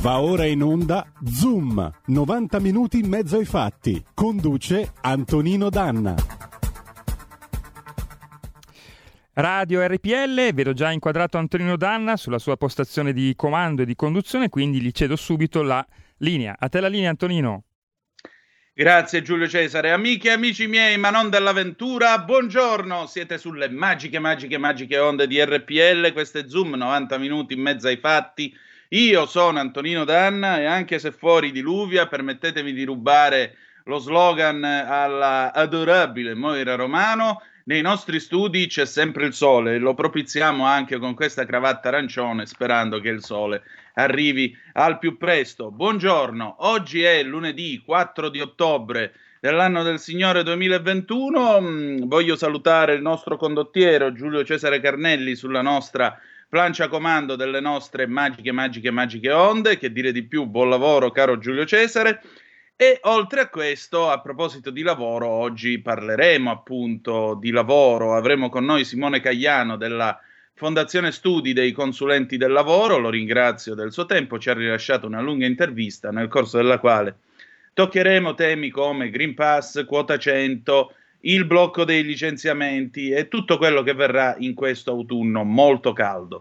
Va ora in onda Zoom, 90 minuti in mezzo ai fatti. Conduce Antonino Danna. Radio RPL, vedo già inquadrato Antonino Danna sulla sua postazione di comando e di conduzione, quindi gli cedo subito la linea. A te la linea, Antonino. Grazie Giulio Cesare. Amiche e amici miei, ma non dell'avventura, buongiorno, siete sulle magiche onde di RPL, questo è Zoom, 90 minuti in mezzo ai fatti. Io sono Antonino Danna e anche se fuori diluvia, permettetemi di rubare lo slogan alla adorabile Moira Romano, nei nostri studi c'è sempre il sole e lo propiziamo anche con questa cravatta arancione, sperando che il sole arrivi al più presto. Buongiorno, oggi è lunedì 4 di ottobre dell'anno del Signore 2021. Voglio salutare il nostro condottiero Giulio Cesare Carnelli sulla nostra plancia comando delle nostre magiche onde. Che dire di più, buon lavoro caro Giulio Cesare. E oltre a questo, a proposito di lavoro, oggi parleremo appunto di lavoro. Avremo con noi Simone Cagliano della Fondazione Studi dei Consulenti del Lavoro, lo ringrazio del suo tempo, ci ha rilasciato una lunga intervista nel corso della quale toccheremo temi come Green Pass, quota 100, il blocco dei licenziamenti e tutto quello che verrà in questo autunno molto caldo.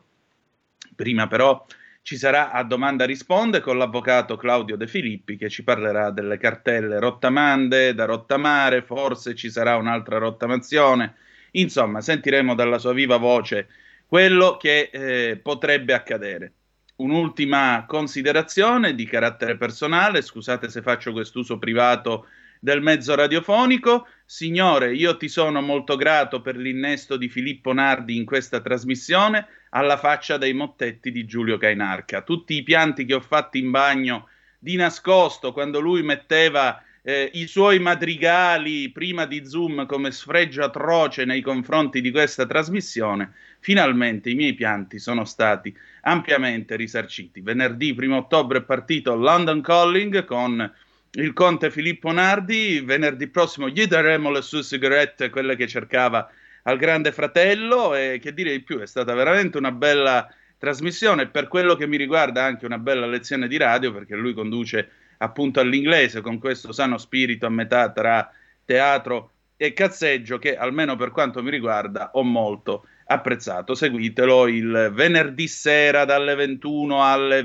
Prima però ci sarà A Domanda Risponde con l'avvocato Claudio De Filippi che ci parlerà delle cartelle rottamande, da rottamare, forse ci sarà un'altra rottamazione, insomma sentiremo dalla sua viva voce quello che potrebbe accadere. Un'ultima considerazione di carattere personale, scusate se faccio quest'uso privato del mezzo radiofonico. Signore, io ti sono molto grato per l'innesto di Filippo Nardi in questa trasmissione, alla faccia dei mottetti di Giulio Cainarca. Tutti i pianti che ho fatto in bagno di nascosto quando lui metteva i suoi madrigali prima di Zoom come sfregio atroce nei confronti di questa trasmissione, finalmente i miei pianti sono stati ampiamente risarciti. Venerdì 1 ottobre è partito London Calling con il conte Filippo Nardi, venerdì prossimo gli daremo le sue sigarette, quelle che cercava al Grande Fratello, e che dire di più, è stata veramente una bella trasmissione, per quello che mi riguarda anche una bella lezione di radio, perché lui conduce appunto all'inglese con questo sano spirito a metà tra teatro e cazzeggio che almeno per quanto mi riguarda ho molto apprezzato. Seguitelo il venerdì sera dalle 21 alle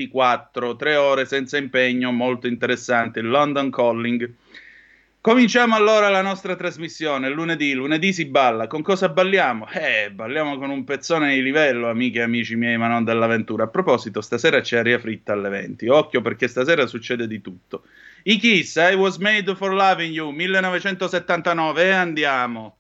24, 3 ore senza impegno, molto interessante, il London Calling. Cominciamo allora la nostra trasmissione. Lunedì si balla. Con cosa balliamo? Balliamo con un pezzone di livello, amiche e amici miei, ma non dell'avventura. A proposito, stasera c'è aria fritta alle 20. Occhio perché stasera succede di tutto. I Kiss, I Was Made for Loving You, 1979, e andiamo.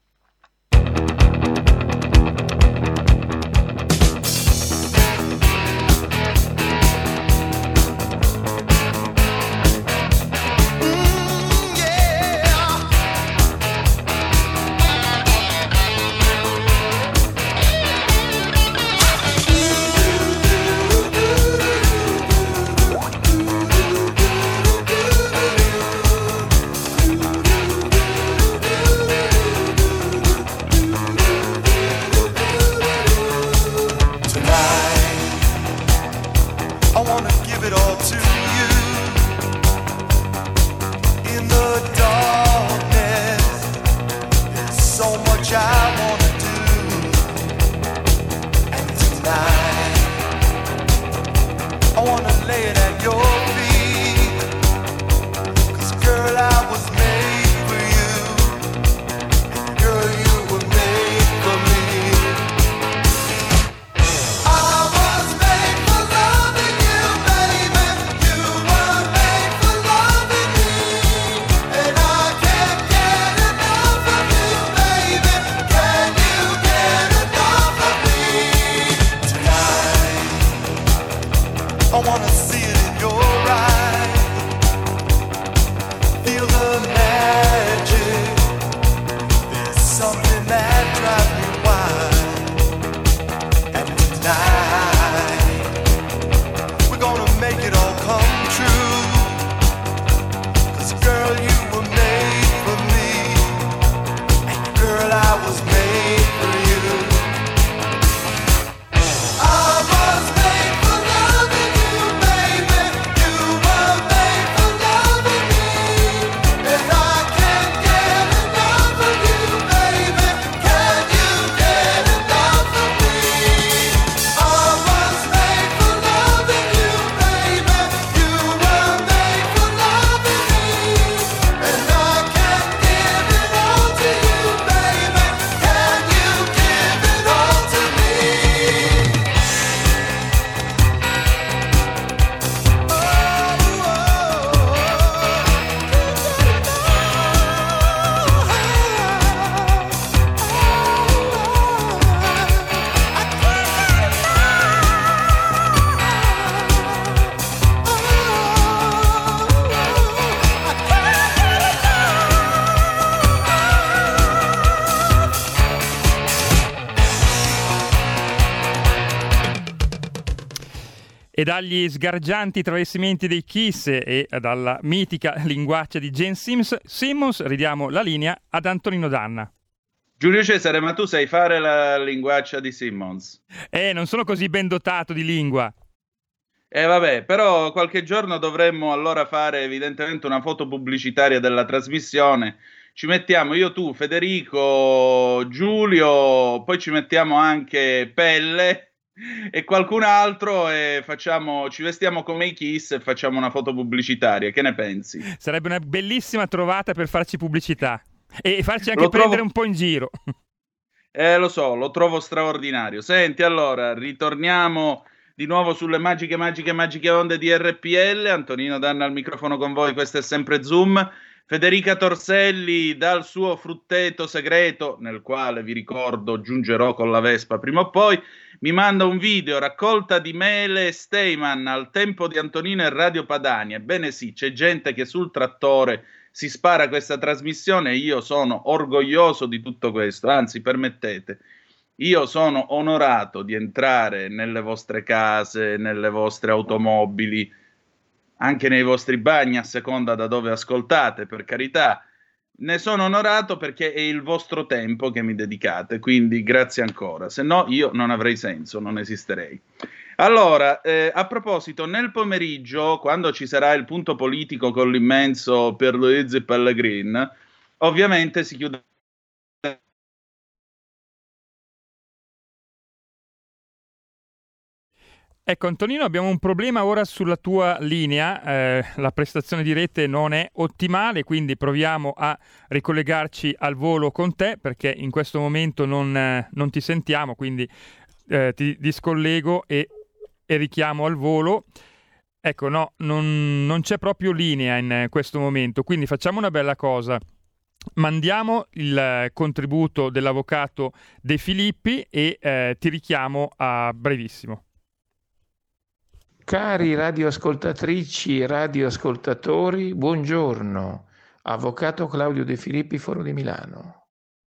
E dagli sgargianti travestimenti dei Kiss e dalla mitica linguaccia di Gene Simmons ridiamo la linea ad Antonino Danna. Giulio Cesare, ma tu sai fare la linguaccia di Simmons? Non sono così ben dotato di lingua. Vabbè, però qualche giorno dovremmo allora fare evidentemente una foto pubblicitaria della trasmissione. Ci mettiamo io, tu, Federico, Giulio, poi ci mettiamo anche Pelle e qualcun altro e ci vestiamo come i Kiss e facciamo una foto pubblicitaria. Che ne pensi? Sarebbe una bellissima trovata per farci pubblicità e farci anche prendere un po' in giro. Lo so, lo trovo straordinario. Senti, allora, ritorniamo di nuovo sulle magiche onde di RPL. Antonino Danna al microfono con voi, questo è sempre Zoom. Federica Torselli dal suo frutteto segreto, nel quale vi ricordo giungerò con la Vespa prima o poi, mi manda un video, raccolta di mele Steyman al tempo di Antonino e Radio Padania. Ebbene sì, c'è gente che sul trattore si spara questa trasmissione e io sono orgoglioso di tutto questo, anzi permettete, io sono onorato di entrare nelle vostre case, nelle vostre automobili, anche nei vostri bagni a seconda da dove ascoltate, per carità. Ne sono onorato perché è il vostro tempo che mi dedicate, quindi grazie ancora, se no io non avrei senso, non esisterei. Allora, a proposito, nel pomeriggio, quando ci sarà il punto politico con l'immenso Pierluigi Pellegrin, ovviamente si chiude. Ecco Antonino, abbiamo un problema ora sulla tua linea, la prestazione di rete non è ottimale, quindi proviamo a ricollegarci al volo con te perché in questo momento non ti sentiamo, quindi ti discollego e richiamo al volo. Ecco, no, non c'è proprio linea in questo momento, quindi facciamo una bella cosa. Mandiamo il contributo dell'avvocato De Filippi e ti richiamo a brevissimo. Cari radioascoltatrici e radioascoltatori, buongiorno. Avvocato Claudio De Filippi, Foro di Milano.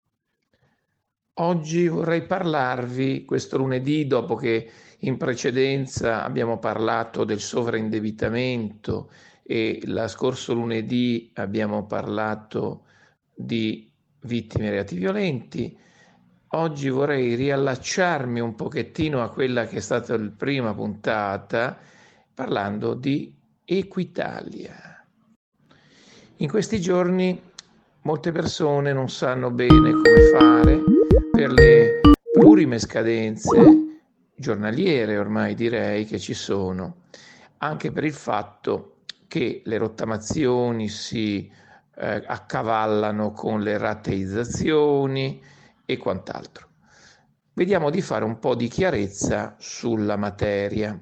Oggi vorrei parlarvi, questo lunedì, dopo che in precedenza abbiamo parlato del sovraindebitamento e la scorso lunedì abbiamo parlato di vittime reati violenti, oggi vorrei riallacciarmi un pochettino a quella che è stata la prima puntata, parlando di Equitalia. In questi giorni molte persone non sanno bene come fare per le plurime scadenze giornaliere, ormai direi, che ci sono, anche per il fatto che le rottamazioni si accavallano con le rateizzazioni e quant'altro. Vediamo di fare un po' di chiarezza sulla materia.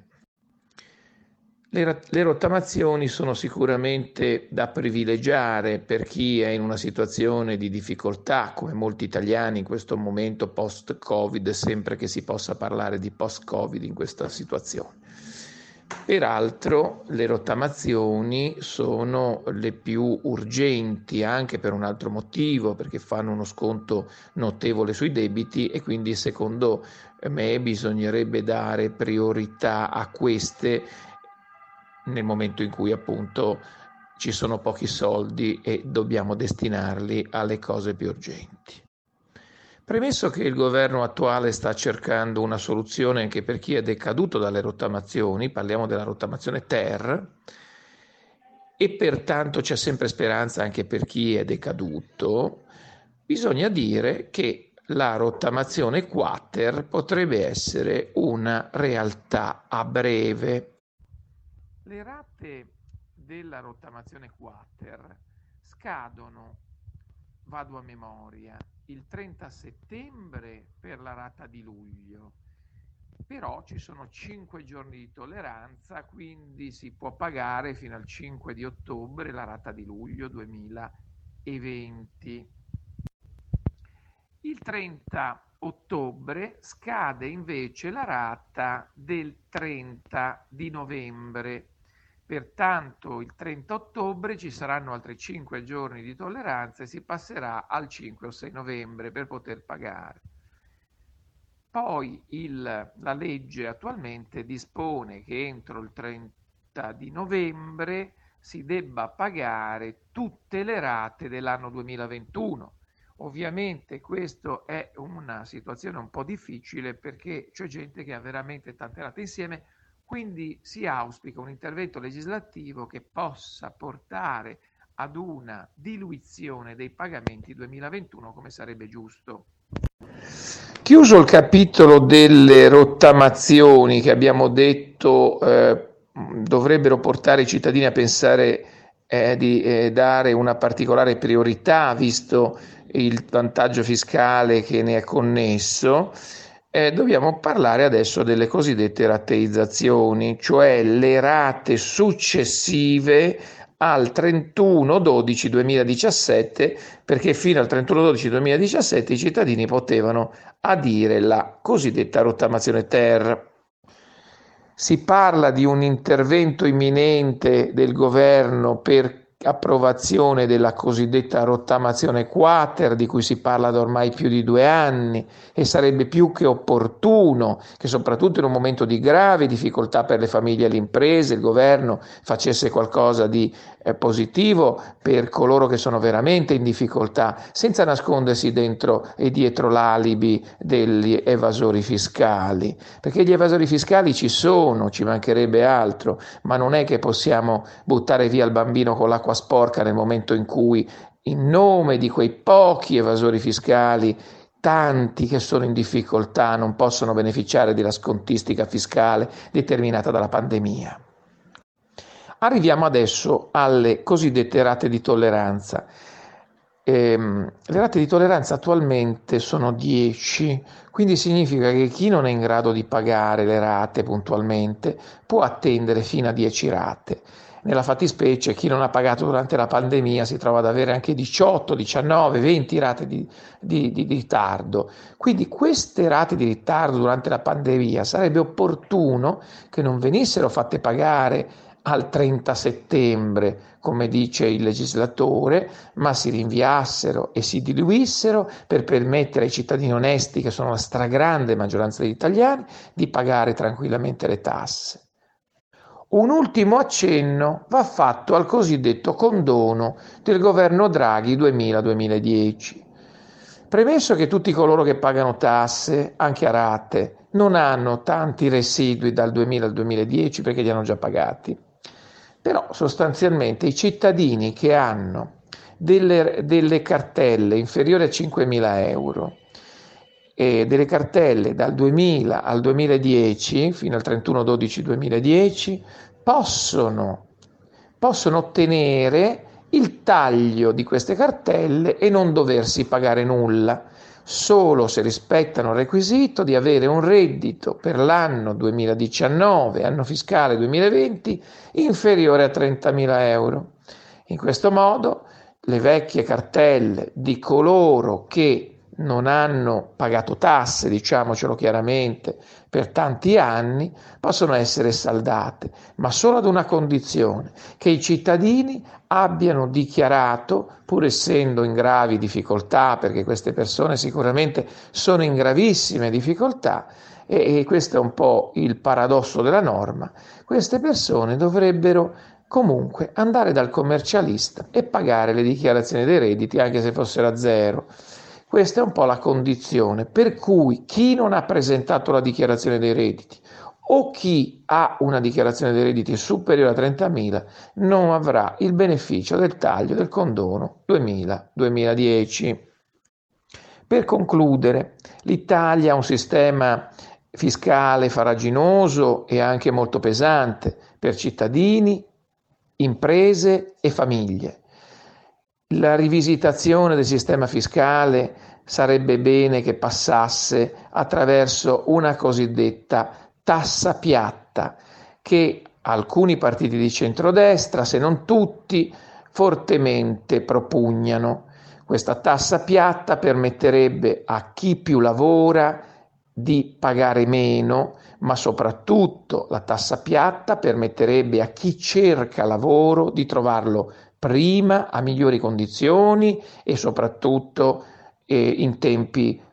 Le rottamazioni sono sicuramente da privilegiare per chi è in una situazione di difficoltà, come molti italiani in questo momento post-Covid, sempre che si possa parlare di post-Covid in questa situazione. Peraltro le rottamazioni sono le più urgenti anche per un altro motivo, perché fanno uno sconto notevole sui debiti e quindi secondo me bisognerebbe dare priorità a queste nel momento in cui appunto ci sono pochi soldi e dobbiamo destinarli alle cose più urgenti. Premesso che il governo attuale sta cercando una soluzione anche per chi è decaduto dalle rottamazioni, parliamo della rottamazione ter, e pertanto c'è sempre speranza anche per chi è decaduto, bisogna dire che la rottamazione quater potrebbe essere una realtà a breve. Le rate della rottamazione quater scadono, vado a memoria, il 30 settembre per la rata di luglio, però ci sono 5 giorni di tolleranza, quindi si può pagare fino al 5 di ottobre la rata di luglio 2020. Il 30 ottobre scade invece la rata del 30 di novembre. Pertanto il 30 ottobre ci saranno altri 5 giorni di tolleranza e si passerà al 5 o 6 novembre per poter pagare. Poi la legge attualmente dispone che entro il 30 di novembre si debba pagare tutte le rate dell'anno 2021. Ovviamente questa è una situazione un po' difficile perché c'è gente che ha veramente tante rate insieme, quindi si auspica un intervento legislativo che possa portare ad una diluizione dei pagamenti 2021 come sarebbe giusto. Chiuso il capitolo delle rottamazioni che abbiamo detto dovrebbero portare i cittadini a pensare di dare una particolare priorità visto il vantaggio fiscale che ne è connesso, dobbiamo parlare adesso delle cosiddette rateizzazioni, cioè le rate successive al 31/12/2017, perché fino al 31/12/2017 i cittadini potevano adire la cosiddetta rottamazione ter. Si parla di un intervento imminente del governo per approvazione della cosiddetta rottamazione quater, di cui si parla da ormai più di 2 anni, e sarebbe più che opportuno che soprattutto in un momento di grave difficoltà per le famiglie e le imprese il governo facesse qualcosa di positivo per coloro che sono veramente in difficoltà, senza nascondersi dentro e dietro l'alibi degli evasori fiscali, perché gli evasori fiscali ci sono, ci mancherebbe altro, ma non è che possiamo buttare via il bambino con l'acqua sporca nel momento in cui, in nome di quei pochi evasori fiscali, tanti che sono in difficoltà non possono beneficiare della scontistica fiscale determinata dalla pandemia. Arriviamo adesso alle cosiddette rate di tolleranza. Le rate di tolleranza attualmente sono 10, quindi significa che chi non è in grado di pagare le rate puntualmente può attendere fino a 10 rate. Nella fattispecie chi non ha pagato durante la pandemia si trova ad avere anche 18, 19, 20 rate di ritardo. Quindi queste rate di ritardo durante la pandemia sarebbe opportuno che non venissero fatte pagare al 30 settembre, come dice il legislatore, ma si rinviassero e si diluissero per permettere ai cittadini onesti, che sono la stragrande maggioranza degli italiani, di pagare tranquillamente le tasse. Un ultimo accenno va fatto al cosiddetto condono del governo Draghi 2000-2010. Premesso che tutti coloro che pagano tasse, anche a rate, non hanno tanti residui dal 2000 al 2010 perché li hanno già pagati, però sostanzialmente i cittadini che hanno delle cartelle inferiori a 5.000 euro e delle cartelle dal 2000 al 2010 fino al 31/12/2010 possono ottenere il taglio di queste cartelle e non doversi pagare nulla, solo se rispettano il requisito di avere un reddito per l'anno 2019, anno fiscale 2020, inferiore a 30.000 euro. In questo modo le vecchie cartelle di coloro che non hanno pagato tasse, diciamocelo chiaramente, per tanti anni, possono essere saldate, ma solo ad una condizione: che i cittadini abbiano dichiarato, pur essendo in gravi difficoltà, perché queste persone sicuramente sono in gravissime difficoltà, e questo è un po' il paradosso della norma, queste persone dovrebbero comunque andare dal commercialista e pagare le dichiarazioni dei redditi anche se fossero a zero. Questa è un po' la condizione per cui chi non ha presentato la dichiarazione dei redditi o chi ha una dichiarazione dei redditi superiore a 30.000 non avrà il beneficio del taglio del condono 2000-2010. Per concludere, l'Italia ha un sistema fiscale farraginoso e anche molto pesante per cittadini, imprese e famiglie. La rivisitazione del sistema fiscale sarebbe bene che passasse attraverso una cosiddetta tassa piatta che alcuni partiti di centrodestra, se non tutti, fortemente propugnano. Questa tassa piatta permetterebbe a chi più lavora di pagare meno, ma soprattutto la tassa piatta permetterebbe a chi cerca lavoro di trovarlo prima, a migliori condizioni e soprattutto in tempi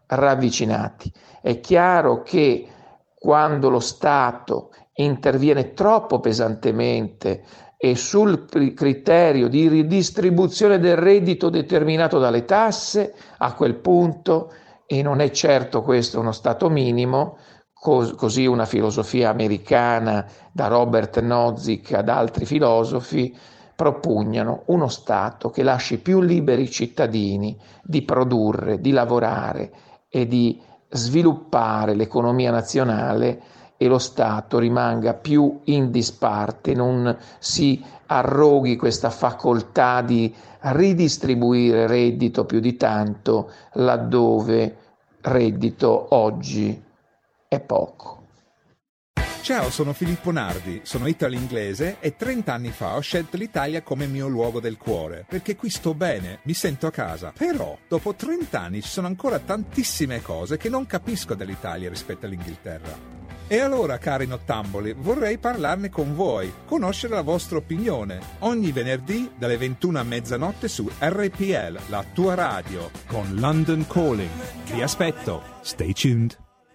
ravvicinati. È chiaro che quando lo Stato interviene troppo pesantemente e sul criterio di ridistribuzione del reddito determinato dalle tasse, a quel punto, e non è certo questo uno Stato minimo, così una filosofia americana da Robert Nozick ad altri filosofi propugnano uno Stato che lasci più liberi i cittadini di produrre, di lavorare e di sviluppare l'economia nazionale, e lo Stato rimanga più in disparte, non si arroghi questa facoltà di ridistribuire reddito più di tanto laddove reddito oggi è poco. Ciao, sono Filippo Nardi, sono italo-inglese e 30 anni fa ho scelto l'Italia come mio luogo del cuore, perché qui sto bene, mi sento a casa. Però, dopo 30 anni ci sono ancora tantissime cose che non capisco dell'Italia rispetto all'Inghilterra. E allora, cari nottamboli, vorrei parlarne con voi, conoscere la vostra opinione. Ogni venerdì dalle 21 a mezzanotte su RPL, la tua radio, con London Calling. Vi aspetto. Stay tuned.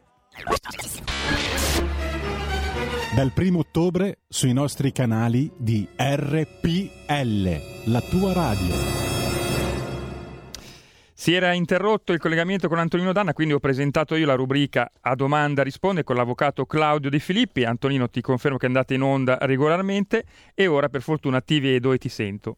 Dal 1° ottobre sui nostri canali di RPL, la tua radio. Si era interrotto il collegamento con Antonino Danna, quindi ho presentato io la rubrica A Domanda Risponde con l'avvocato Claudio De Filippi. Antonino, ti confermo che andate in onda regolarmente e ora per fortuna ti vedo e ti sento.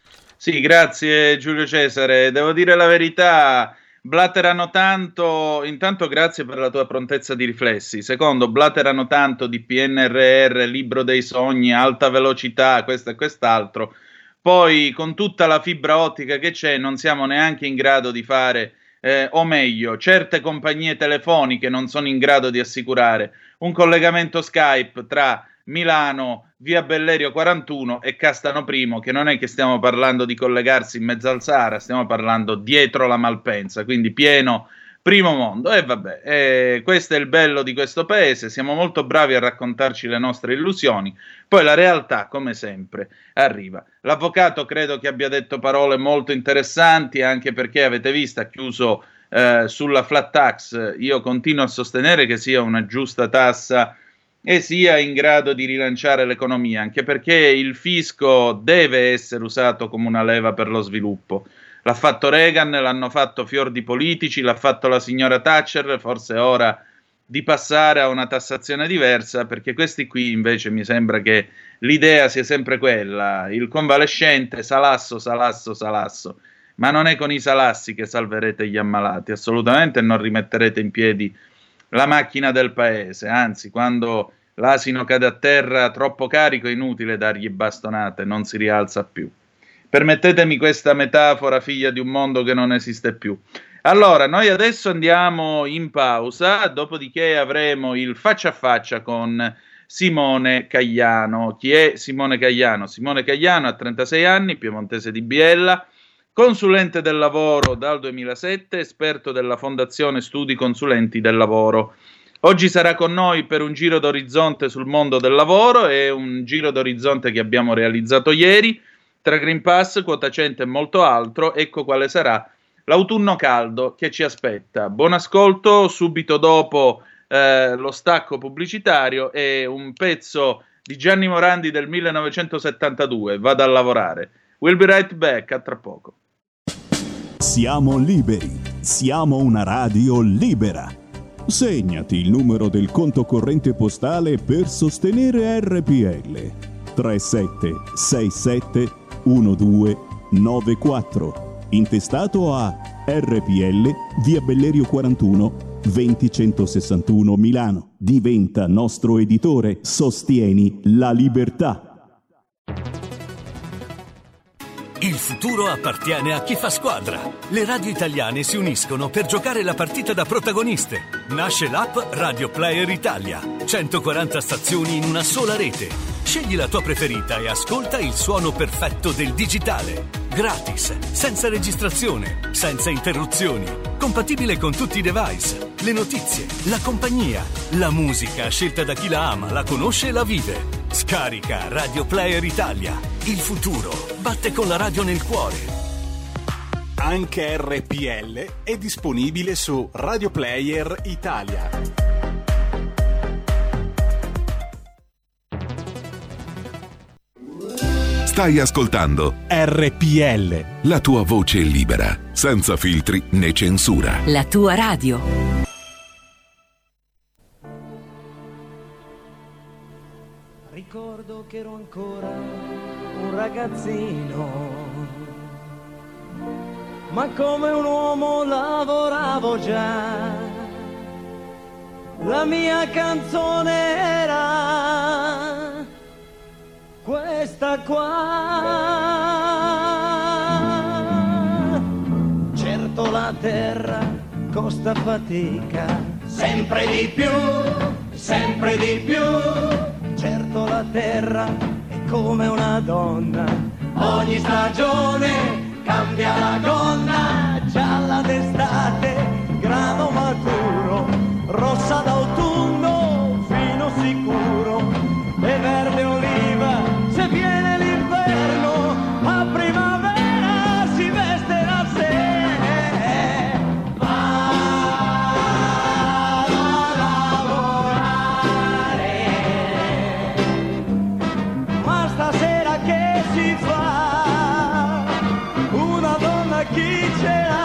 Sì, grazie Giulio Cesare. Devo dire la verità, blaterano tanto, intanto grazie per la tua prontezza di riflessi. Secondo, blaterano tanto di PNRR, libro dei sogni, alta velocità, questo e quest'altro. Poi con tutta la fibra ottica che c'è non siamo neanche in grado di fare, o meglio, certe compagnie telefoniche non sono in grado di assicurare un collegamento Skype tra Milano, via Bellerio 41 e Castano Primo, che non è che stiamo parlando di collegarsi in mezzo al Sahara, stiamo parlando dietro la Malpensa, quindi pieno primo mondo. E vabbè, questo è il bello di questo paese, siamo molto bravi a raccontarci le nostre illusioni, poi la realtà, come sempre, arriva. L'avvocato credo che abbia detto parole molto interessanti, anche perché avete visto, ha chiuso sulla flat tax. Io continuo a sostenere che sia una giusta tassa e sia in grado di rilanciare l'economia, anche perché il fisco deve essere usato come una leva per lo sviluppo. L'ha fatto Reagan, l'hanno fatto fior di politici, l'ha fatto la signora Thatcher, forse è ora di passare a una tassazione diversa, perché questi qui invece mi sembra che l'idea sia sempre quella, il convalescente, salasso, salasso, salasso, ma non è con i salassi che salverete gli ammalati, assolutamente non rimetterete in piedi la macchina del paese, anzi quando l'asino cade a terra troppo carico è inutile dargli bastonate, non si rialza più. Permettetemi questa metafora figlia di un mondo che non esiste più. Allora, noi adesso andiamo in pausa, dopodiché avremo il faccia a faccia con Simone Cagliano. Chi è Simone Cagliano? Simone Cagliano ha 36 anni, piemontese di Biella, consulente del lavoro dal 2007, esperto della Fondazione Studi Consulenti del Lavoro. Oggi sarà con noi per un giro d'orizzonte sul mondo del lavoro, è un giro d'orizzonte che abbiamo realizzato ieri, tra Green Pass, quota 100 e molto altro. Ecco quale sarà l'autunno caldo che ci aspetta. Buon ascolto, subito dopo lo stacco pubblicitario e un pezzo di Gianni Morandi del 1972, Vado a lavorare. We'll be right back, a tra poco. Siamo liberi, siamo una radio libera. Segnati il numero del conto corrente postale per sostenere RPL. 3767 1294, intestato a RPL, via Bellerio 41, 20161 Milano. Diventa nostro editore, sostieni la libertà. Il futuro appartiene a chi fa squadra. Le radio italiane si uniscono per giocare la partita da protagoniste. Nasce l'app Radio Player Italia. 140 stazioni in una sola rete. Scegli la tua preferita e ascolta il suono perfetto del digitale. Gratis, senza registrazione, senza interruzioni. Compatibile con tutti i device. Le notizie, la compagnia, la musica scelta da chi la ama, la conosce e la vive. Scarica Radio Player Italia. Il futuro batte con la radio nel cuore. Anche RPL è disponibile su Radio Player Italia. Stai ascoltando RPL, la tua voce libera, senza filtri né censura. La tua radio. Ricordo che ero ancora un ragazzino, ma come un uomo lavoravo già. La mia canzone era questa qua. Certo la terra costa fatica, sempre di più, sempre di più. Certo la terra è come una donna, ogni stagione cambia la gonna. Gialla d'estate, grano maturo, rossa d'autunno, fino sicuro, e verde oliva se viene l'inverno, a primavera si veste da sé. Vado a lavorare, ma stasera che si fa? Una donna chi ce l'ha?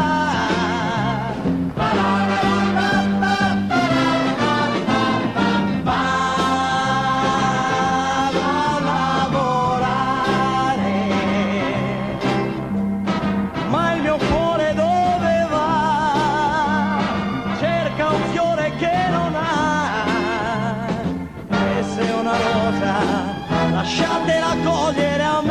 Lasciatela cogliere a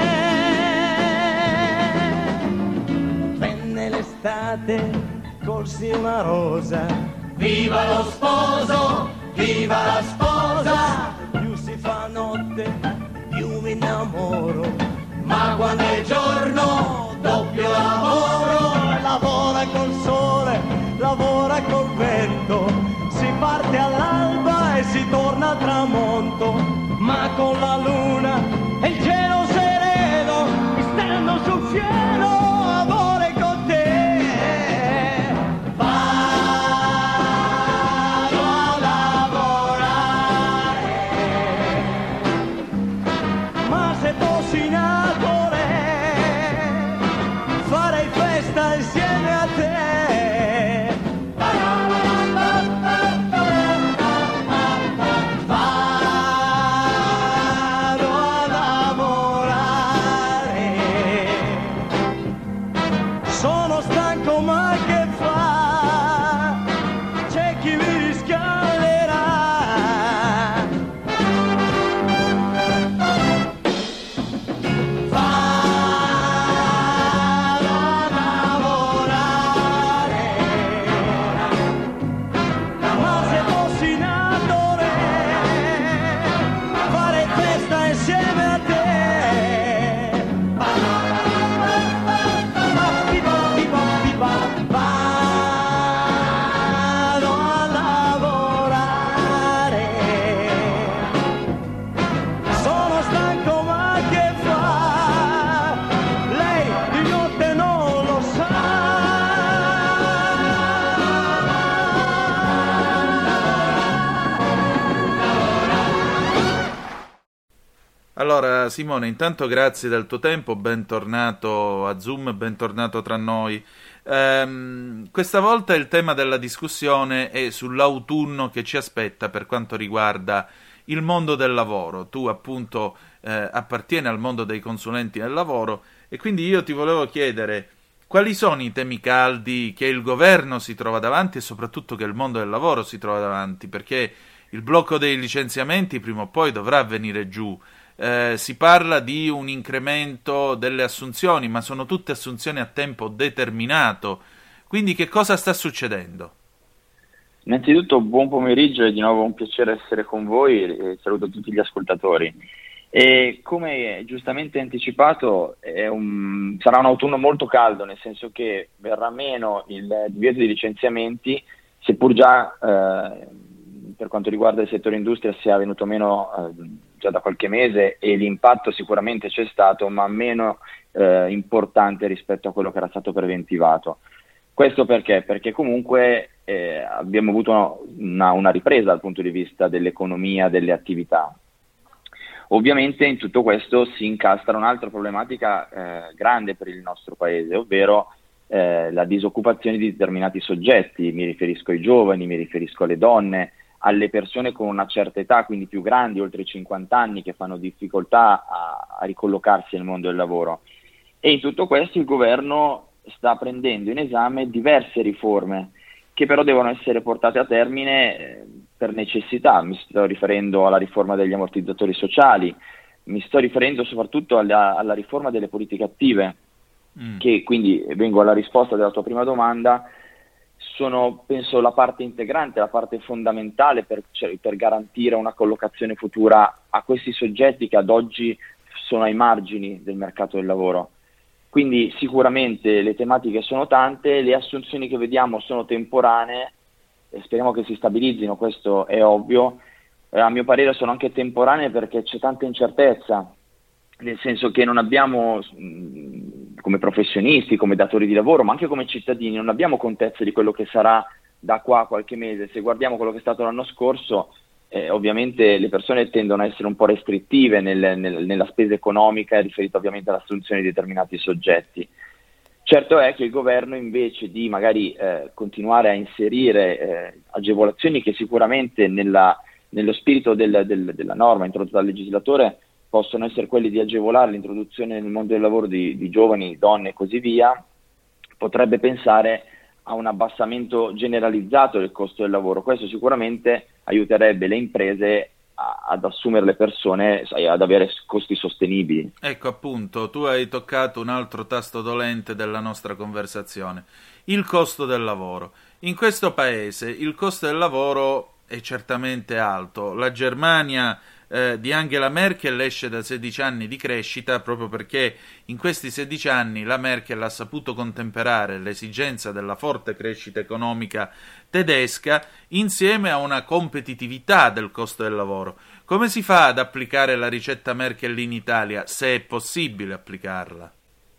me. Venne l'estate, colsi una rosa. Viva lo sposo, viva la sposa. Più si fa notte, più mi innamoro. Ma quando è giorno, doppio lavoro. Lavora col sole, lavora col vento. Si parte all'alba e si torna a tramonto. Ma con la luna e il cielo sereno, mi stendo sul cielo, amore con te. Vado a lavorare, ma se fossi in Napoli farei festa insieme a te. Allora Simone, intanto grazie del tuo tempo, bentornato a Zoom, bentornato tra noi. Questa volta il tema della discussione è sull'autunno che ci aspetta per quanto riguarda il mondo del lavoro. Tu appunto appartieni al mondo dei consulenti del lavoro e quindi io ti volevo chiedere quali sono i temi caldi che il governo si trova davanti e soprattutto che il mondo del lavoro si trova davanti, perché il blocco dei licenziamenti prima o poi dovrà venire giù. Si parla di un incremento delle assunzioni, ma sono tutte assunzioni a tempo determinato. Quindi che cosa sta succedendo? Innanzitutto buon pomeriggio, è di nuovo un piacere essere con voi e saluto tutti gli ascoltatori. E come giustamente anticipato sarà un autunno molto caldo, nel senso che verrà meno il divieto di licenziamenti, seppur già per quanto riguarda il settore industria sia venuto meno già da qualche mese, e l'impatto sicuramente c'è stato, ma meno importante rispetto a quello che era stato preventivato. Questo perché? Perché comunque abbiamo avuto una ripresa dal punto di vista dell'economia, delle attività. Ovviamente in tutto questo si incastra un'altra problematica grande per il nostro paese, ovvero la disoccupazione di determinati soggetti. Mi riferisco ai giovani, mi riferisco alle donne, alle persone con una certa età, quindi più grandi, oltre i 50 anni, che fanno difficoltà a ricollocarsi nel mondo del lavoro. E in tutto questo il governo sta prendendo in esame diverse riforme che però devono essere portate a termine per necessità. Mi sto riferendo alla riforma degli ammortizzatori sociali, mi sto riferendo soprattutto alla riforma delle politiche attive, che quindi, vengo alla risposta della tua prima domanda, sono, penso, la parte integrante, la parte fondamentale per garantire una collocazione futura a questi soggetti che ad oggi sono ai margini del mercato del lavoro. Quindi sicuramente le tematiche sono tante, le assunzioni che vediamo sono temporanee, e speriamo che si stabilizzino, questo è ovvio. A mio parere sono anche temporanee perché c'è tanta incertezza, nel senso che non abbiamo, come professionisti, come datori di lavoro, ma anche come cittadini, non abbiamo contezza di quello che sarà da qua a qualche mese. Se guardiamo quello che è stato l'anno scorso, ovviamente le persone tendono a essere un po' restrittive nella spesa economica, riferita ovviamente all'assunzione di determinati soggetti. Certo è che il governo, invece di magari continuare a inserire agevolazioni che sicuramente nello spirito della norma introdotta dal legislatore possono essere quelli di agevolare l'introduzione nel mondo del lavoro di giovani, donne e così via, potrebbe pensare a un abbassamento generalizzato del costo del lavoro. Questo sicuramente aiuterebbe le imprese ad assumere le persone e ad avere costi sostenibili. Ecco, appunto, tu hai toccato un altro tasto dolente della nostra conversazione, il costo del lavoro. In questo paese il costo del lavoro è certamente alto. La Germania di Angela Merkel esce da 16 anni di crescita proprio perché in questi 16 anni la Merkel ha saputo contemperare l'esigenza della forte crescita economica tedesca insieme a una competitività del costo del lavoro. Come si fa ad applicare la ricetta Merkel in Italia, se è possibile applicarla?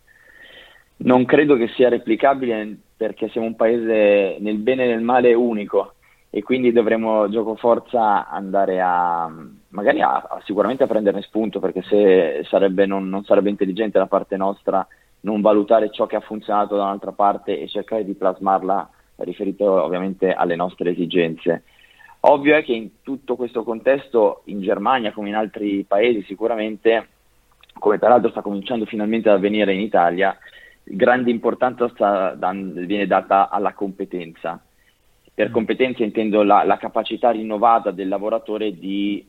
Non credo che sia replicabile, perché siamo un paese nel bene e nel male unico, e quindi dovremo giocoforza andare magari sicuramente a prenderne spunto, perché non sarebbe intelligente da parte nostra non valutare ciò che ha funzionato da un'altra parte e cercare di plasmarla riferito ovviamente alle nostre esigenze. Ovvio è che in tutto questo contesto, in Germania come in altri paesi sicuramente, come peraltro sta cominciando finalmente ad avvenire in Italia, grande importanza viene data alla competenza. Per competenza intendo la capacità rinnovata del lavoratore di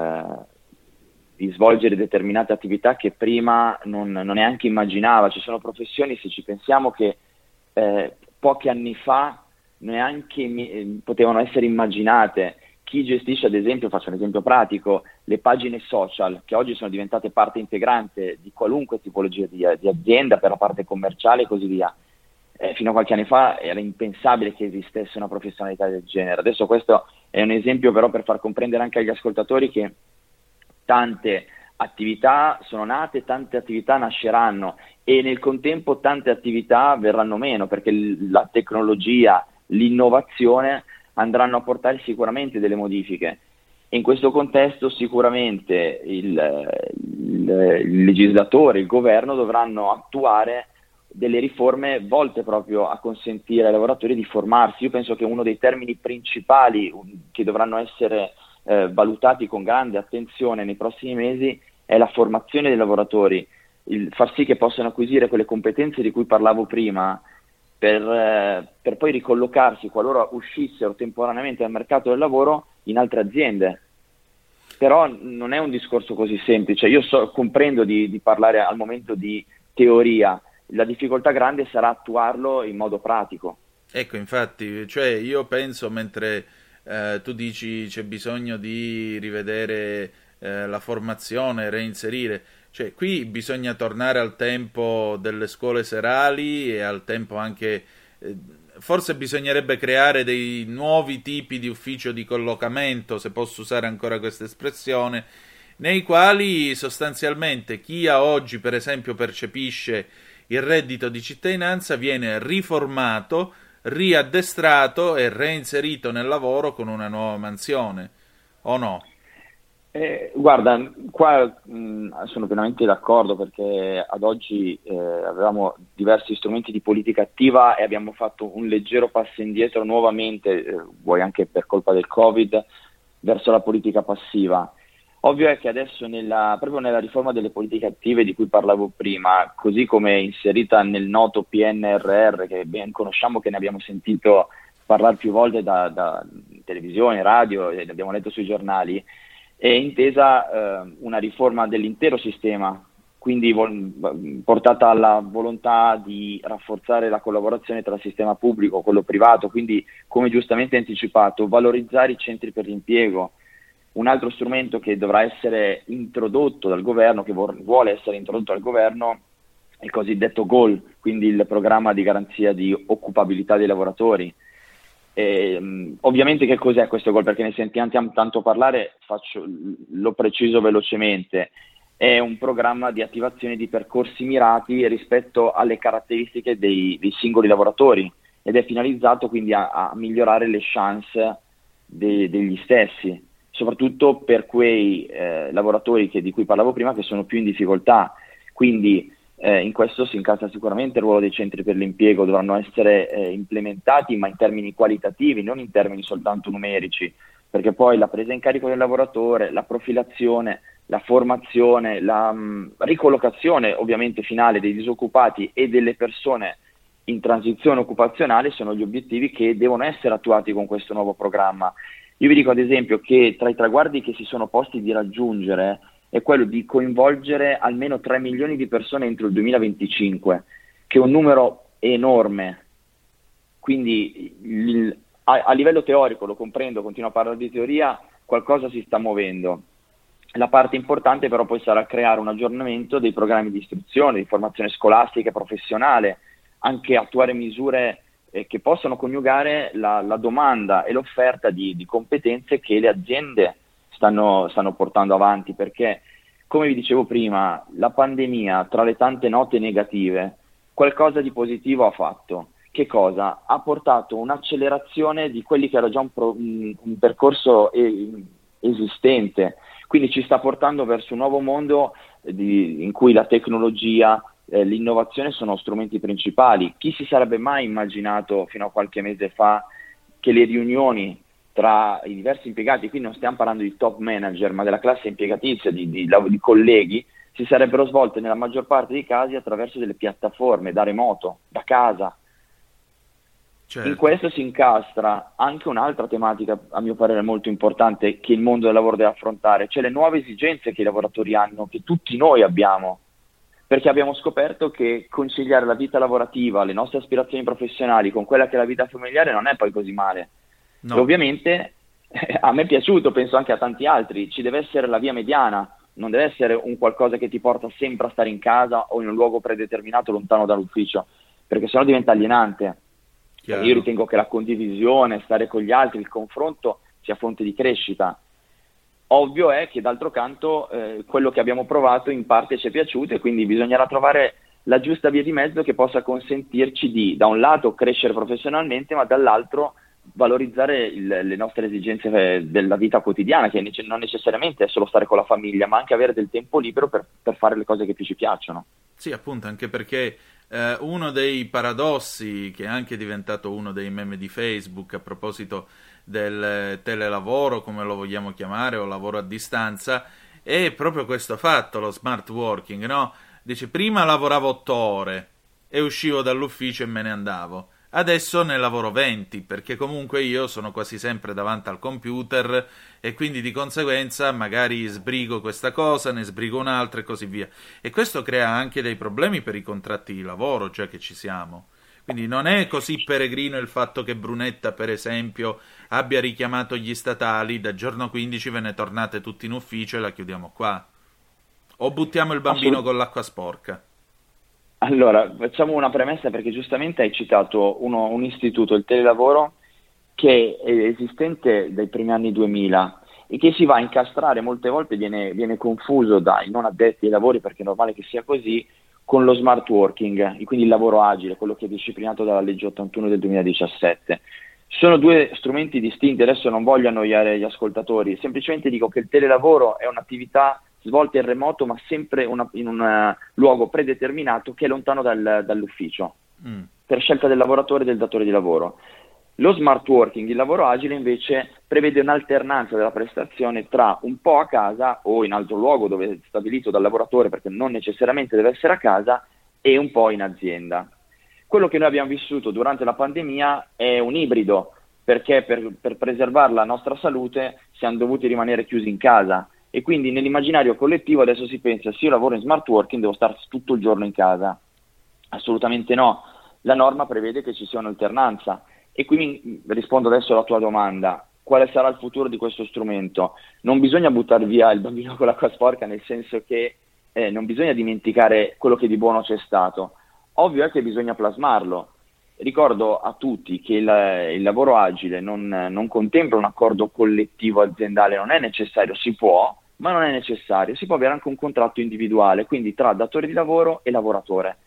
svolgere determinate attività che prima non neanche immaginava. Ci sono professioni, se ci pensiamo, che pochi anni fa neanche potevano essere immaginate. Chi gestisce, ad esempio, faccio un esempio pratico, le pagine social, che oggi sono diventate parte integrante di qualunque tipologia di azienda, per la parte commerciale e così via. Fino a qualche anno fa era impensabile che esistesse una professionalità del genere. Adesso questo è un esempio però per far comprendere anche agli ascoltatori che tante attività sono nate, tante attività nasceranno e nel contempo tante attività verranno meno, perché la tecnologia, l'innovazione andranno a portare sicuramente delle modifiche. E in questo contesto sicuramente il legislatore, il governo dovranno attuare delle riforme volte proprio a consentire ai lavoratori di formarsi. Io penso che uno dei termini principali che dovranno essere valutati con grande attenzione nei prossimi mesi è la formazione dei lavoratori, il far sì che possano acquisire quelle competenze di cui parlavo prima per poi ricollocarsi, qualora uscissero temporaneamente dal mercato del lavoro, in altre aziende. Però non è un discorso così semplice. Io comprendo di parlare al momento di teoria. La difficoltà grande sarà attuarlo in modo pratico. Ecco, infatti, cioè io penso, mentre tu dici c'è bisogno di rivedere la formazione, reinserire, cioè qui bisogna tornare al tempo delle scuole serali e al tempo anche forse bisognerebbe creare dei nuovi tipi di ufficio di collocamento, se posso usare ancora questa espressione, nei quali sostanzialmente chi a oggi, per esempio, percepisce il reddito di cittadinanza viene riformato, riaddestrato e reinserito nel lavoro con una nuova mansione, o no? Guarda, qua sono pienamente d'accordo, perché ad oggi avevamo diversi strumenti di politica attiva e abbiamo fatto un leggero passo indietro nuovamente, vuoi anche per colpa del Covid, verso la politica passiva. Ovvio è che adesso proprio nella riforma delle politiche attive di cui parlavo prima, così come inserita nel noto PNRR, che ben conosciamo, che ne abbiamo sentito parlare più volte da televisione, radio, e l'abbiamo letto sui giornali, è intesa una riforma dell'intero sistema, quindi portata alla volontà di rafforzare la collaborazione tra il sistema pubblico e quello privato, quindi, come giustamente anticipato, valorizzare i centri per l'impiego. Un altro strumento che dovrà essere introdotto dal governo, che vuole essere introdotto dal governo, è il cosiddetto GOL, quindi il programma di garanzia di occupabilità dei lavoratori. Ovviamente che cos'è questo GOL? Perché ne sentiamo tanto parlare, lo preciso velocemente. È un programma di attivazione di percorsi mirati rispetto alle caratteristiche dei singoli lavoratori, ed è finalizzato quindi a migliorare le chance degli stessi, soprattutto per quei lavoratori di cui parlavo prima, che sono più in difficoltà. Quindi in questo si incastra sicuramente il ruolo dei centri per l'impiego, dovranno essere implementati, ma in termini qualitativi, non in termini soltanto numerici, perché poi la presa in carico del lavoratore, la profilazione, la formazione, la ricollocazione ovviamente finale dei disoccupati e delle persone in transizione occupazionale sono gli obiettivi che devono essere attuati con questo nuovo programma. Io vi dico ad esempio che tra i traguardi che si sono posti di raggiungere è quello di coinvolgere almeno 3 milioni di persone entro il 2025, che è un numero enorme. Quindi a livello teorico, lo comprendo, continuo a parlare di teoria, qualcosa si sta muovendo. La parte importante però poi sarà creare un aggiornamento dei programmi di istruzione, di formazione scolastica e professionale, anche attuare misure che possano coniugare la domanda e l'offerta di competenze che le aziende stanno portando avanti, perché, come vi dicevo prima, la pandemia, tra le tante note negative, qualcosa di positivo ha fatto. Che cosa? Ha portato un'accelerazione di quelli che era già un percorso esistente, quindi ci sta portando verso un nuovo mondo in cui la tecnologia, l'innovazione sono strumenti principali. Chi si sarebbe mai immaginato fino a qualche mese fa che le riunioni tra i diversi impiegati, qui non stiamo parlando di top manager, ma della classe impiegatizia, di colleghi, si sarebbero svolte nella maggior parte dei casi attraverso delle piattaforme, da remoto, da casa. Certo. In questo si incastra anche un'altra tematica, a mio parere molto importante, che il mondo del lavoro deve affrontare, cioè le nuove esigenze che i lavoratori hanno, che tutti noi abbiamo, perché abbiamo scoperto che conciliare la vita lavorativa, le nostre aspirazioni professionali con quella che è la vita familiare non è poi così male. No. E ovviamente a me è piaciuto, penso anche a tanti altri, ci deve essere la via mediana, non deve essere un qualcosa che ti porta sempre a stare in casa o in un luogo predeterminato lontano dall'ufficio, perché sennò diventa alienante. Io ritengo che la condivisione, stare con gli altri, il confronto sia fonte di crescita. Ovvio è che d'altro canto quello che abbiamo provato in parte ci è piaciuto, e quindi bisognerà trovare la giusta via di mezzo che possa consentirci di, da un lato, crescere professionalmente, ma dall'altro valorizzare le nostre esigenze della vita quotidiana, che non necessariamente è solo stare con la famiglia, ma anche avere del tempo libero per fare le cose che più ci piacciono. Sì, appunto, anche perché uno dei paradossi, che è anche diventato uno dei meme di Facebook a proposito del telelavoro, come lo vogliamo chiamare, o lavoro a distanza, è proprio questo fatto, lo smart working, no? Dice, prima lavoravo 8 ore e uscivo dall'ufficio e me ne andavo. Adesso ne lavoro 20, perché comunque io sono quasi sempre davanti al computer e quindi di conseguenza magari sbrigo questa cosa, ne sbrigo un'altra e così via. E questo crea anche dei problemi per i contratti di lavoro, già che ci siamo. Quindi non è così peregrino il fatto che Brunetta, per esempio, abbia richiamato gli statali, da giorno 15 ve ne tornate tutti in ufficio e la chiudiamo qua. O buttiamo il bambino con l'acqua sporca. Allora, facciamo una premessa perché giustamente hai citato un istituto, il telelavoro, che è esistente dai primi anni 2000 e che si va a incastrare molte volte, viene confuso dai non addetti ai lavori, perché è normale che sia così, con lo smart working, quindi il lavoro agile, quello che è disciplinato dalla legge 81 del 2017. Sono due strumenti distinti, adesso non voglio annoiare gli ascoltatori, semplicemente dico che il telelavoro è un'attività svolta in remoto, ma sempre in un luogo predeterminato che è lontano dall'ufficio, per scelta del lavoratore e del datore di lavoro. Lo smart working, il lavoro agile, invece prevede un'alternanza della prestazione tra un po' a casa o in altro luogo dove è stabilito dal lavoratore, perché non necessariamente deve essere a casa, e un po' in azienda. Quello che noi abbiamo vissuto durante la pandemia è un ibrido, perché per preservare la nostra salute siamo dovuti rimanere chiusi in casa e quindi nell'immaginario collettivo adesso si pensa: se io lavoro in smart working devo stare tutto il giorno in casa. Assolutamente no, la norma prevede che ci sia un'alternanza. E quindi rispondo adesso alla tua domanda: quale sarà il futuro di questo strumento? Non bisogna buttare via il bambino con l'acqua sporca, nel senso che non bisogna dimenticare quello che di buono c'è stato. Ovvio è che bisogna plasmarlo. Ricordo a tutti che il lavoro agile non contempla un accordo collettivo aziendale, non è necessario, si può, ma non è necessario. Si può avere anche un contratto individuale, quindi tra datore di lavoro e lavoratore.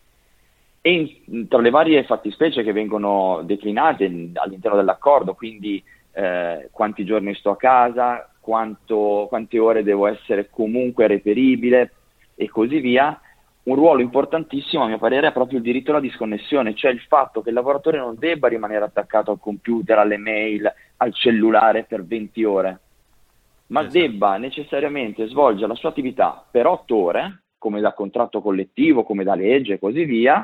E tra le varie fattispecie che vengono declinate all'interno dell'accordo, quindi quanti giorni sto a casa, quante ore devo essere comunque reperibile e così via, un ruolo importantissimo a mio parere è proprio il diritto alla disconnessione, cioè il fatto che il lavoratore non debba rimanere attaccato al computer, alle mail, al cellulare per 20 ore, ma debba necessariamente svolgere la sua attività per 8 ore, come da contratto collettivo, come da legge e così via.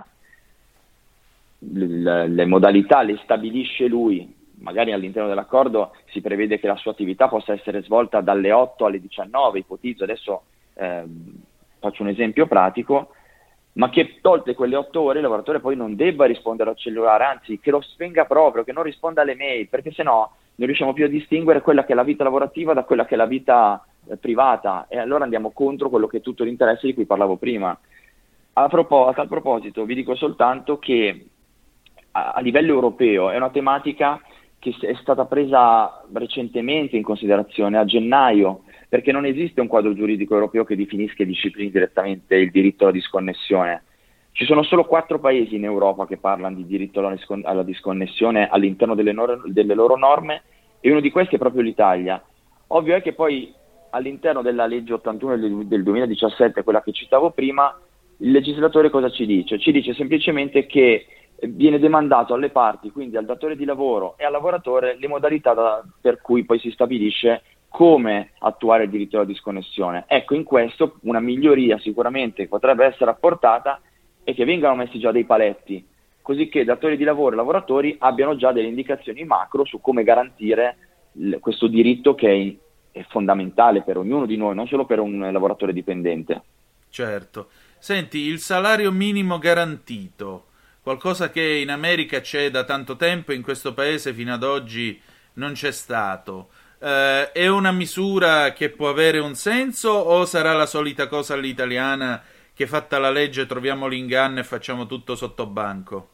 Le modalità le stabilisce lui, magari all'interno dell'accordo si prevede che la sua attività possa essere svolta dalle 8 alle 19, ipotizzo, adesso faccio un esempio pratico, ma che tolte quelle 8 ore il lavoratore poi non debba rispondere al cellulare, anzi che lo spenga proprio, che non risponda alle mail, perché sennò non riusciamo più a distinguere quella che è la vita lavorativa da quella che è la vita privata, e allora andiamo contro quello che è tutto l'interesse di cui parlavo prima. A tal proposito vi dico soltanto che a livello europeo è una tematica che è stata presa recentemente in considerazione, a gennaio, perché non esiste un quadro giuridico europeo che definisca e disciplini direttamente il diritto alla disconnessione. Ci sono solo 4 paesi in Europa che parlano di diritto alla disconnessione all'interno delle loro norme, e uno di questi è proprio l'Italia. Ovvio è che poi all'interno della legge 81 del 2017, quella che citavo prima, il legislatore cosa ci dice? Ci dice semplicemente che viene demandato alle parti, quindi al datore di lavoro e al lavoratore, le modalità per cui poi si stabilisce come attuare il diritto alla disconnessione. Ecco, in questo una miglioria sicuramente che potrebbe essere apportata è che vengano messi già dei paletti, così che datori di lavoro e lavoratori abbiano già delle indicazioni macro su come garantire questo diritto che è fondamentale per ognuno di noi, non solo per un lavoratore dipendente. Certo. Senti, il salario minimo garantito, qualcosa che in America c'è da tanto tempo, in questo paese fino ad oggi non c'è stato. È una misura che può avere un senso, o sarà la solita cosa all'italiana che fatta la legge troviamo l'inganno e facciamo tutto sotto banco?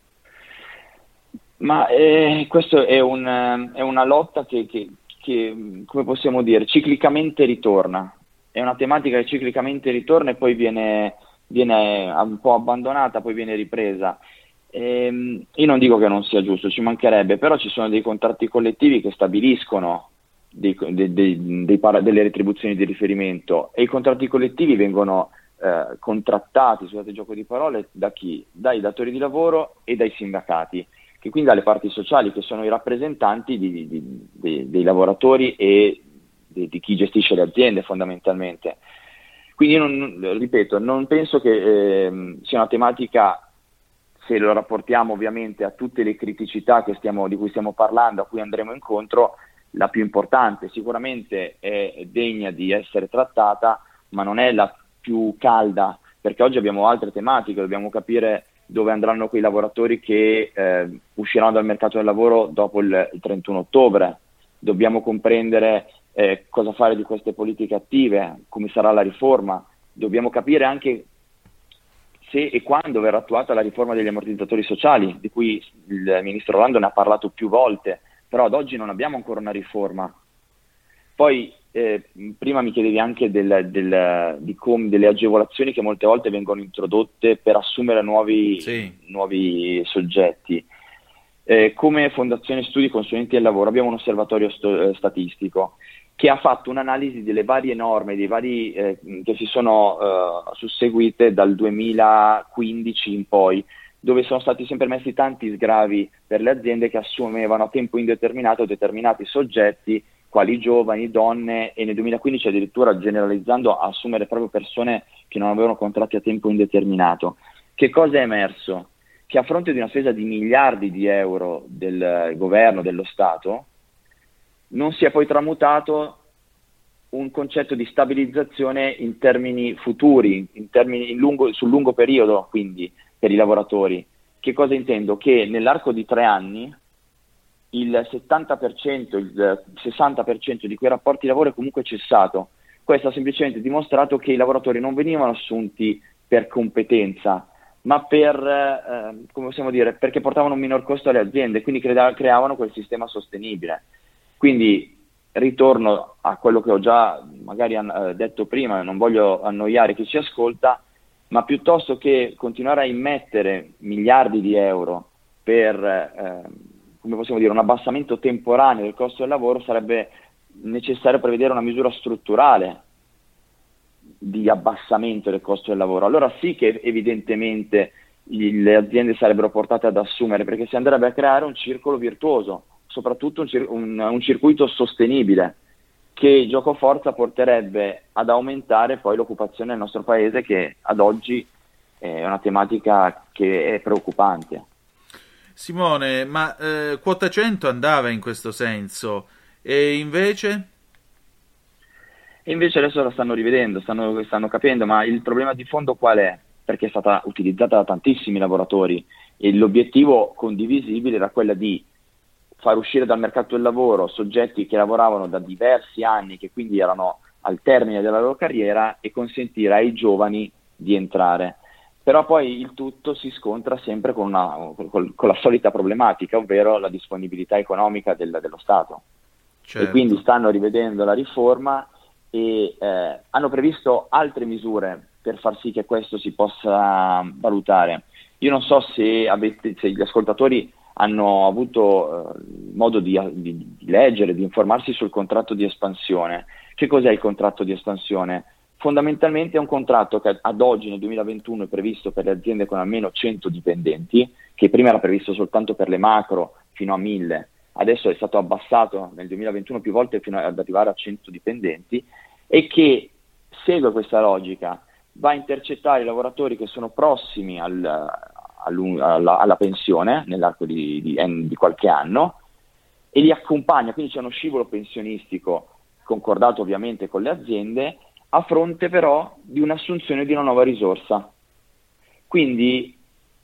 Ma questo è una lotta che, come possiamo dire, ciclicamente ritorna. È una tematica che ciclicamente ritorna e poi viene un po' abbandonata, poi viene ripresa. Io non dico che non sia giusto, ci mancherebbe, però ci sono dei contratti collettivi che stabiliscono delle retribuzioni di riferimento, e i contratti collettivi vengono contrattati, scusate il gioco di parole, da chi? Dai datori di lavoro e dai sindacati, che quindi dalle parti sociali, che sono i rappresentanti dei lavoratori e di chi gestisce le aziende fondamentalmente. Quindi ripeto, non penso che sia una tematica, se lo rapportiamo ovviamente a tutte le criticità di cui stiamo parlando, a cui andremo incontro, la più importante. Sicuramente è degna di essere trattata, ma non è la più calda, perché oggi abbiamo altre tematiche, dobbiamo capire dove andranno quei lavoratori che usciranno dal mercato del lavoro dopo il 31 ottobre, dobbiamo comprendere cosa fare di queste politiche attive, come sarà la riforma, dobbiamo capire anche se e quando verrà attuata la riforma degli ammortizzatori sociali, di cui il ministro Orlando ne ha parlato più volte, però ad oggi non abbiamo ancora una riforma. Poi prima mi chiedevi anche delle agevolazioni che molte volte vengono introdotte per assumere nuovi soggetti. Come Fondazione Studi Consulenti del Lavoro abbiamo un osservatorio statistico che ha fatto un'analisi delle varie norme, dei vari che si sono susseguite dal 2015 in poi, dove sono stati sempre messi tanti sgravi per le aziende che assumevano a tempo indeterminato determinati soggetti, quali giovani, donne, e nel 2015 addirittura generalizzando a assumere proprio persone che non avevano contratti a tempo indeterminato. Che cosa è emerso? Che a fronte di una spesa di miliardi di euro del governo, dello Stato, non si è poi tramutato un concetto di stabilizzazione in termini futuri, sul lungo periodo, quindi per i lavoratori. Che cosa intendo? Che nell'arco di 3 anni il 70%, il 60% di quei rapporti di lavoro è comunque cessato. Questo ha semplicemente dimostrato che i lavoratori non venivano assunti per competenza, ma per, come possiamo dire, perché portavano un minor costo alle aziende, quindi creavano quel sistema sostenibile. Quindi ritorno a quello che ho già magari detto prima, non voglio annoiare chi ci ascolta, ma piuttosto che continuare a immettere miliardi di euro per, come possiamo dire, un abbassamento temporaneo del costo del lavoro, sarebbe necessario prevedere una misura strutturale di abbassamento del costo del lavoro. Allora sì che evidentemente le aziende sarebbero portate ad assumere, perché si andrebbe a creare un circolo virtuoso, soprattutto un circuito sostenibile, che giocoforza porterebbe ad aumentare poi l'occupazione nel nostro paese, che ad oggi è una tematica che è preoccupante. Simone, ma quota 100 andava in questo senso, e invece? E invece adesso la stanno rivedendo, stanno capendo, ma il problema di fondo qual è? Perché è stata utilizzata da tantissimi lavoratori e l'obiettivo condivisibile era quello di far uscire dal mercato del lavoro soggetti che lavoravano da diversi anni, che quindi erano al termine della loro carriera, e consentire ai giovani di entrare. Però poi il tutto si scontra sempre con la solita problematica, ovvero la disponibilità economica dello Stato. Certo. E quindi stanno rivedendo la riforma e hanno previsto altre misure per far sì che questo si possa valutare. Io non so se gli ascoltatori hanno avuto modo di leggere, di informarsi sul contratto di espansione. Che cos'è il contratto di espansione? Fondamentalmente è un contratto che ad oggi nel 2021 è previsto per le aziende con almeno 100 dipendenti, che prima era previsto soltanto per le macro fino a 1000, adesso è stato abbassato nel 2021 più volte fino ad arrivare a 100 dipendenti, e che segue questa logica, va a intercettare i lavoratori che sono prossimi alla pensione nell'arco di qualche anno e li accompagna, quindi c'è uno scivolo pensionistico concordato ovviamente con le aziende, a fronte però di un'assunzione di una nuova risorsa. Quindi,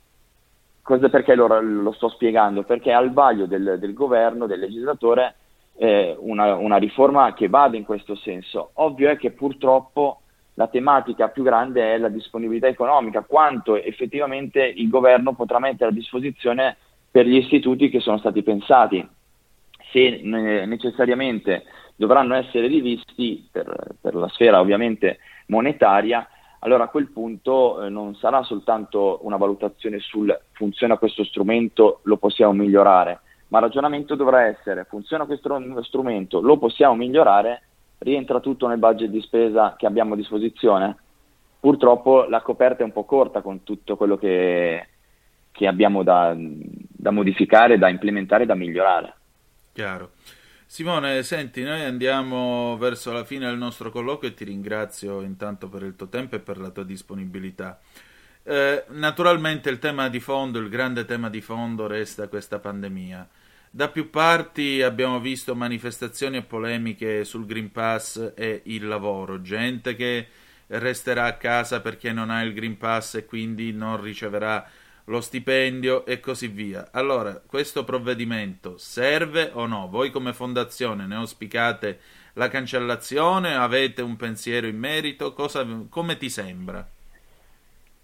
perché lo sto spiegando? Perché è al vaglio del governo, del legislatore, una riforma che vada in questo senso. Ovvio è che purtroppo la tematica più grande è la disponibilità economica, quanto effettivamente il governo potrà mettere a disposizione per gli istituti che sono stati pensati. Se necessariamente dovranno essere rivisti per la sfera ovviamente monetaria, allora a quel punto non sarà soltanto una valutazione sul funziona questo strumento, lo possiamo migliorare, ma il ragionamento dovrà essere: funziona questo strumento, lo possiamo migliorare, rientra tutto nel budget di spesa che abbiamo a disposizione? Purtroppo la coperta è un po' corta con tutto quello che abbiamo da modificare, da implementare, da migliorare. Chiaro. Simone, senti, noi andiamo verso la fine del nostro colloquio e ti ringrazio intanto per il tuo tempo e per la tua disponibilità. Naturalmente il tema di fondo, il grande tema di fondo resta questa pandemia. Da più parti abbiamo visto manifestazioni e polemiche sul Green Pass e il lavoro, gente che resterà a casa perché non ha il Green Pass e quindi non riceverà lo stipendio e così via. Allora, questo provvedimento serve o no? Voi come fondazione ne auspicate la cancellazione? Avete un pensiero in merito? Come ti sembra?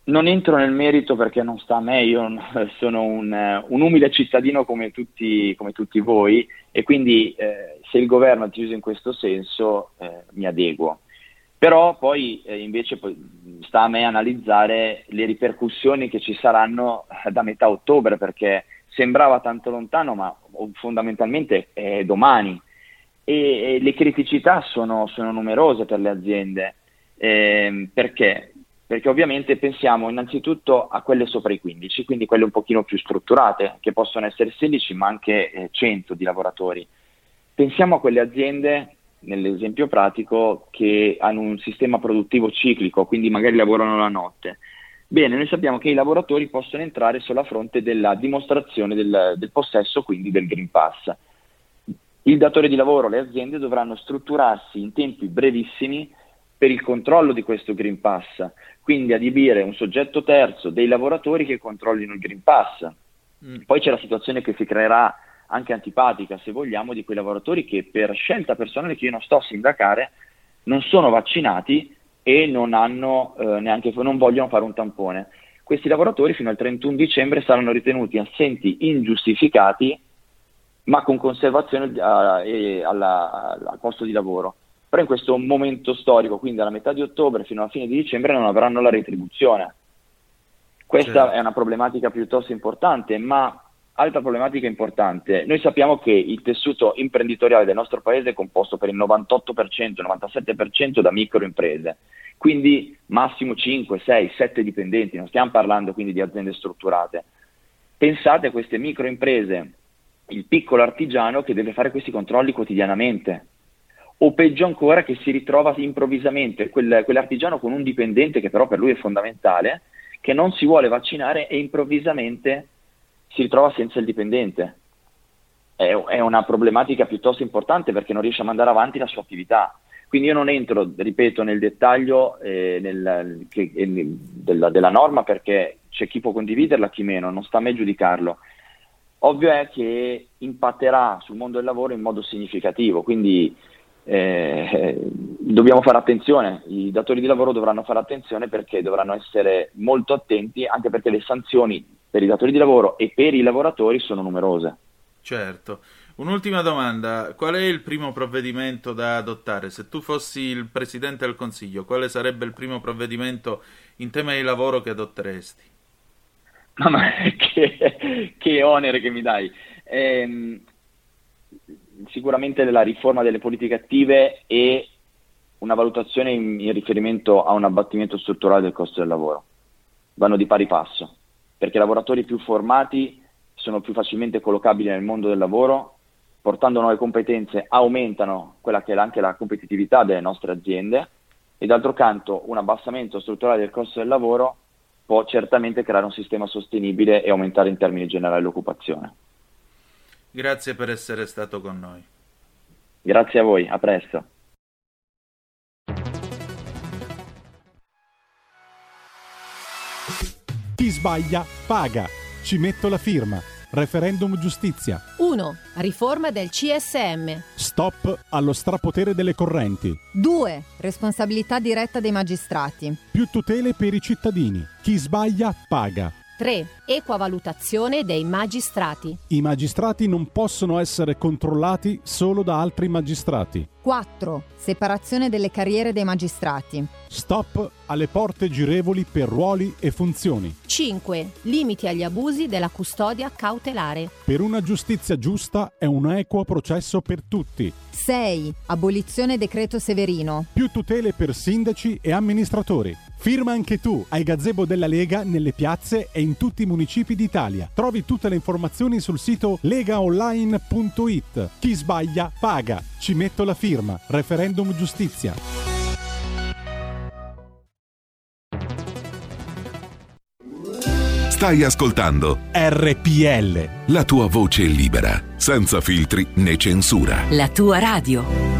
Non entro nel merito perché non sta a me, io sono un umile cittadino come tutti voi, e quindi se il governo ha deciso in questo senso mi adeguo. Però poi invece sta a me analizzare le ripercussioni che ci saranno da metà ottobre, perché sembrava tanto lontano, ma fondamentalmente è domani, e le criticità sono numerose per le aziende. Perché? Perché ovviamente pensiamo innanzitutto a quelle sopra i 15, quindi quelle un pochino più strutturate, che possono essere 16 ma anche 100 di lavoratori. Pensiamo a quelle aziende, nell'esempio pratico, che hanno un sistema produttivo ciclico, quindi magari lavorano la notte. Bene, noi sappiamo che i lavoratori possono entrare solo a fronte della dimostrazione del possesso, quindi del Green Pass. Il datore di lavoro, le aziende dovranno strutturarsi in tempi brevissimi per il controllo di questo Green Pass, quindi adibire un soggetto terzo, dei lavoratori che controllino il Green Pass. Poi c'è la situazione che si creerà anche antipatica, se vogliamo, di quei lavoratori che per scelta personale, che io non sto a sindacare, non sono vaccinati e non vogliono fare un tampone. Questi lavoratori fino al 31 dicembre saranno ritenuti assenti ingiustificati, ma con conservazione al posto di lavoro. Però in questo momento storico, quindi dalla metà di ottobre fino alla fine di dicembre, non avranno la retribuzione. Questa è una problematica piuttosto importante, ma altra problematica importante, noi sappiamo che il tessuto imprenditoriale del nostro paese è composto per il 98%, 97% da microimprese, quindi massimo 5, 6, 7 dipendenti, non stiamo parlando quindi di aziende strutturate. Pensate a queste microimprese, il piccolo artigiano che deve fare questi controlli quotidianamente, o peggio ancora che si ritrova improvvisamente quell'artigiano con un dipendente che però per lui è fondamentale, che non si vuole vaccinare e improvvisamente si ritrova senza il dipendente. È una problematica piuttosto importante perché non riesce a mandare avanti la sua attività. Quindi io non entro, ripeto, nel dettaglio della norma, perché c'è chi può condividerla, chi meno, non sta a me giudicarlo. Ovvio è che impatterà sul mondo del lavoro in modo significativo, quindi dobbiamo fare attenzione, i datori di lavoro dovranno fare attenzione perché dovranno essere molto attenti, anche perché le sanzioni per i datori di lavoro e per i lavoratori sono numerose. Certo. Un'ultima domanda, qual è il primo provvedimento da adottare? Se tu fossi il Presidente del Consiglio, quale sarebbe il primo provvedimento in tema di lavoro che adotteresti? Ma che onere che mi dai! Sicuramente la riforma delle politiche attive e una valutazione in riferimento a un abbattimento strutturale del costo del lavoro. Vanno di pari passo, perché i lavoratori più formati sono più facilmente collocabili nel mondo del lavoro, portando nuove competenze aumentano quella che è anche la competitività delle nostre aziende, e d'altro canto un abbassamento strutturale del costo del lavoro può certamente creare un sistema sostenibile e aumentare in termini generali l'occupazione. Grazie per essere stato con noi. Grazie a voi, a presto. Chi sbaglia paga. Ci metto la firma. Referendum giustizia. 1. Riforma del CSM. Stop allo strapotere delle correnti. 2. Responsabilità diretta dei magistrati. Più tutele per i cittadini. Chi sbaglia paga. 3. Equa valutazione dei magistrati. I magistrati non possono essere controllati solo da altri magistrati. 4. Separazione delle carriere dei magistrati. Stop alle porte girevoli per ruoli e funzioni. 5. Limiti agli abusi della custodia cautelare. Per una giustizia giusta e un equo processo per tutti. 6. Abolizione decreto Severino. Più tutele per sindaci e amministratori. Firma anche tu ai gazebo della Lega nelle piazze e in tutti i municipi d'Italia. Trovi tutte le informazioni sul sito legaonline.it. Chi sbaglia paga. Ci metto la firma. Referendum giustizia. Stai ascoltando RPL. La tua voce libera, senza filtri né censura. La tua radio.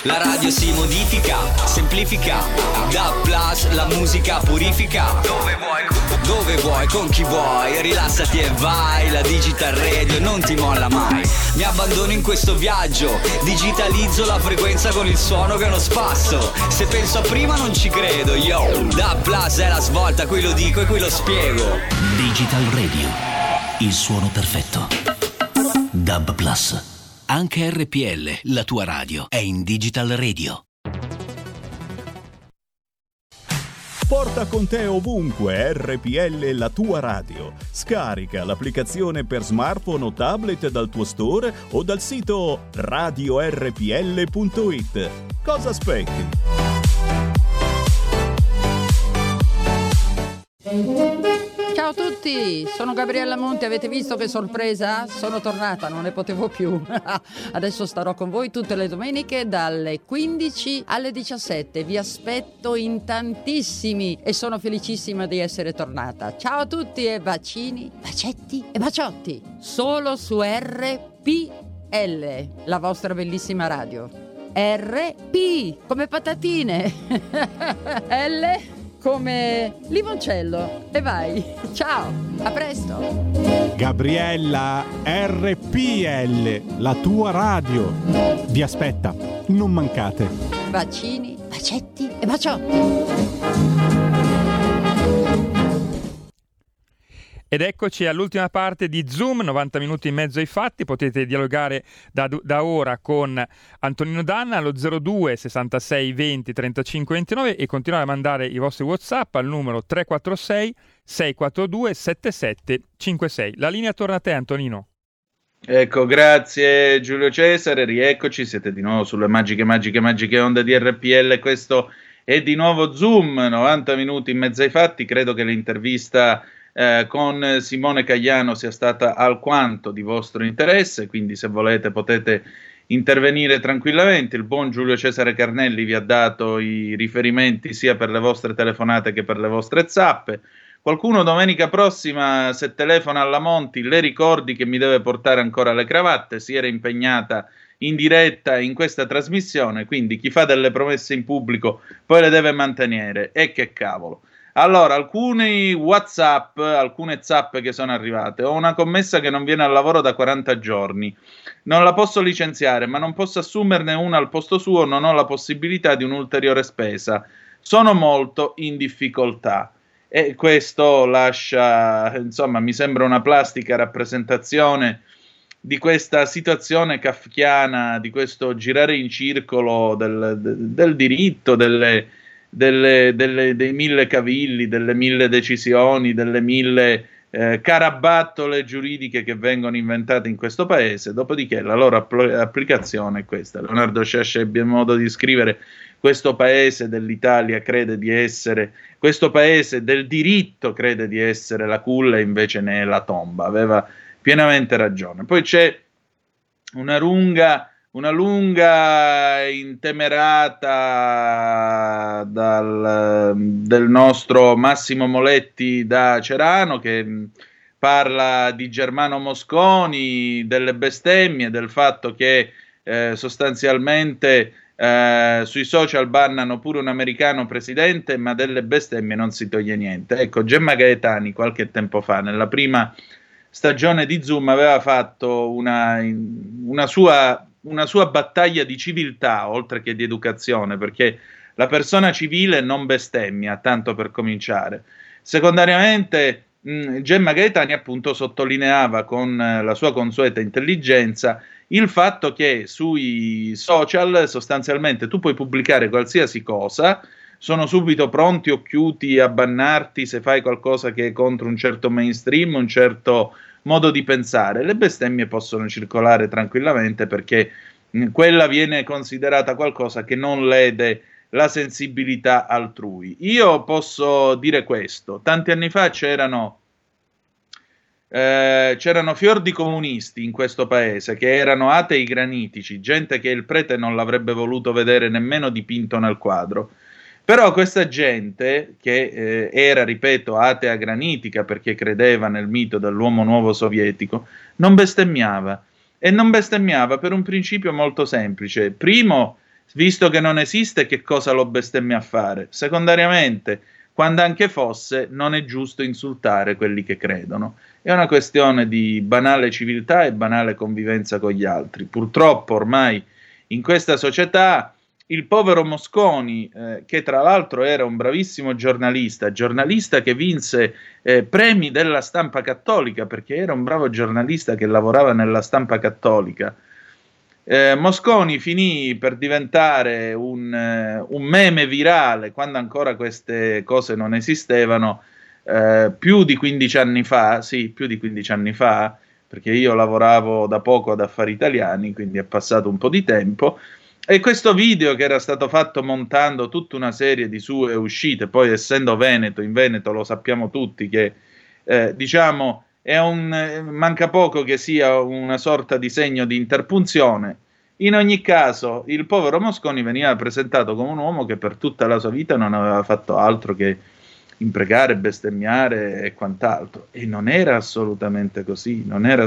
La radio si modifica, semplifica. DAB Plus, la musica purifica. Dove vuoi, con chi vuoi, rilassati e vai. La Digital Radio non ti molla mai. Mi abbandono in questo viaggio, digitalizzo la frequenza con il suono che non spasso. Se penso a prima non ci credo, yo. DAB Plus è la svolta, qui lo dico e qui lo spiego. Digital Radio, il suono perfetto. DAB Plus. Anche RPL, la tua radio, è in Digital Radio. Porta con te ovunque RPL, la tua radio. Scarica l'applicazione per smartphone o tablet dal tuo store o dal sito radiorpl.it. Cosa aspetti? Ciao a tutti, sono Gabriella Monti, avete visto che sorpresa? Sono tornata, non ne potevo più. Adesso starò con voi tutte le domeniche dalle 15 alle 17, vi aspetto in tantissimi e sono felicissima di essere tornata. Ciao a tutti e bacini, bacetti e baciotti, solo su RPL, la vostra bellissima radio. RP, come patatine, L come limoncello. E vai, ciao, a presto. Gabriella, RPL, la tua radio, vi aspetta, non mancate. Bacini, bacetti e baciotti. Ed eccoci all'ultima parte di Zoom, 90 minuti e mezzo ai fatti. Potete dialogare da ora con Antonino Danna allo 02 66 20 35 29 e continuare a mandare i vostri WhatsApp al numero 346 642 7756. La linea torna a te, Antonino. Ecco, grazie Giulio Cesare, rieccoci, siete di nuovo sulle magiche onde di RPL. Questo è di nuovo Zoom, 90 minuti in mezzo ai fatti. Credo che l'intervista con Simone Cagliano sia stata alquanto di vostro interesse, quindi se volete potete intervenire tranquillamente. Il buon Giulio Cesare Carnelli vi ha dato i riferimenti sia per le vostre telefonate che per le vostre zappe. Qualcuno domenica prossima, se telefona alla Monti, le ricordi che mi deve portare ancora le cravatte, si era impegnata in diretta in questa trasmissione, quindi chi fa delle promesse in pubblico poi le deve mantenere, e che cavolo. Allora, alcuni WhatsApp, alcune zappe che sono arrivate. Ho una commessa che non viene al lavoro da 40 giorni. Non la posso licenziare, ma non posso assumerne una al posto suo, non ho la possibilità di un'ulteriore spesa. Sono molto in difficoltà. E questo lascia, insomma, mi sembra una plastica rappresentazione di questa situazione kafkiana, di questo girare in circolo del diritto, dei 1000 cavilli, delle 1000 decisioni, delle 1000 carabattole giuridiche che vengono inventate in questo paese. Dopodiché la loro applicazione è questa. Leonardo Sciascia ebbe modo di scrivere: questo paese dell'Italia crede di essere, questo paese del diritto crede di essere la culla e invece ne è la tomba. Aveva pienamente ragione. Poi c'è una lunga intemerata del nostro Massimo Moletti da Cerano, che parla di Germano Mosconi, delle bestemmie, del fatto che sostanzialmente sui social bannano pure un americano presidente, ma delle bestemmie non si toglie niente. Ecco, Gemma Gaetani qualche tempo fa, nella prima stagione di Zoom, aveva fatto una sua battaglia di civiltà, oltre che di educazione, perché la persona civile non bestemmia, tanto per cominciare. Secondariamente, Gemma Gaetani appunto sottolineava con la sua consueta intelligenza il fatto che sui social sostanzialmente tu puoi pubblicare qualsiasi cosa, sono subito pronti occhiuti a bannarti se fai qualcosa che è contro un certo mainstream, un certo modo di pensare. Le bestemmie possono circolare tranquillamente perché quella viene considerata qualcosa che non lede la sensibilità altrui. Io posso dire questo: tanti anni fa c'erano fior di comunisti in questo paese che erano atei granitici, gente che il prete non l'avrebbe voluto vedere nemmeno dipinto nel quadro. Però questa gente, che era, ripeto, atea granitica perché credeva nel mito dell'uomo nuovo sovietico, non bestemmiava. E non bestemmiava per un principio molto semplice. Primo, Visto che non esiste, che cosa lo bestemmia a fare? Secondariamente, quando anche fosse, non è giusto insultare quelli che credono. È una questione di banale civiltà e banale convivenza con gli altri. Purtroppo ormai in questa società il povero Mosconi, che tra l'altro era un bravissimo giornalista che vinse premi della stampa cattolica, perché era un bravo giornalista che lavorava nella stampa cattolica, Mosconi finì per diventare un meme virale quando ancora queste cose non esistevano, più di 15 anni fa, perché io lavoravo da poco ad Affari Italiani, quindi è passato un po' di tempo, e questo video che era stato fatto montando tutta una serie di sue uscite, poi essendo Veneto, in Veneto lo sappiamo tutti che diciamo manca poco che sia una sorta di segno di interpunzione. In ogni caso, il povero Mosconi veniva presentato come un uomo che per tutta la sua vita non aveva fatto altro che imprecare, bestemmiare e quant'altro, e non era assolutamente così.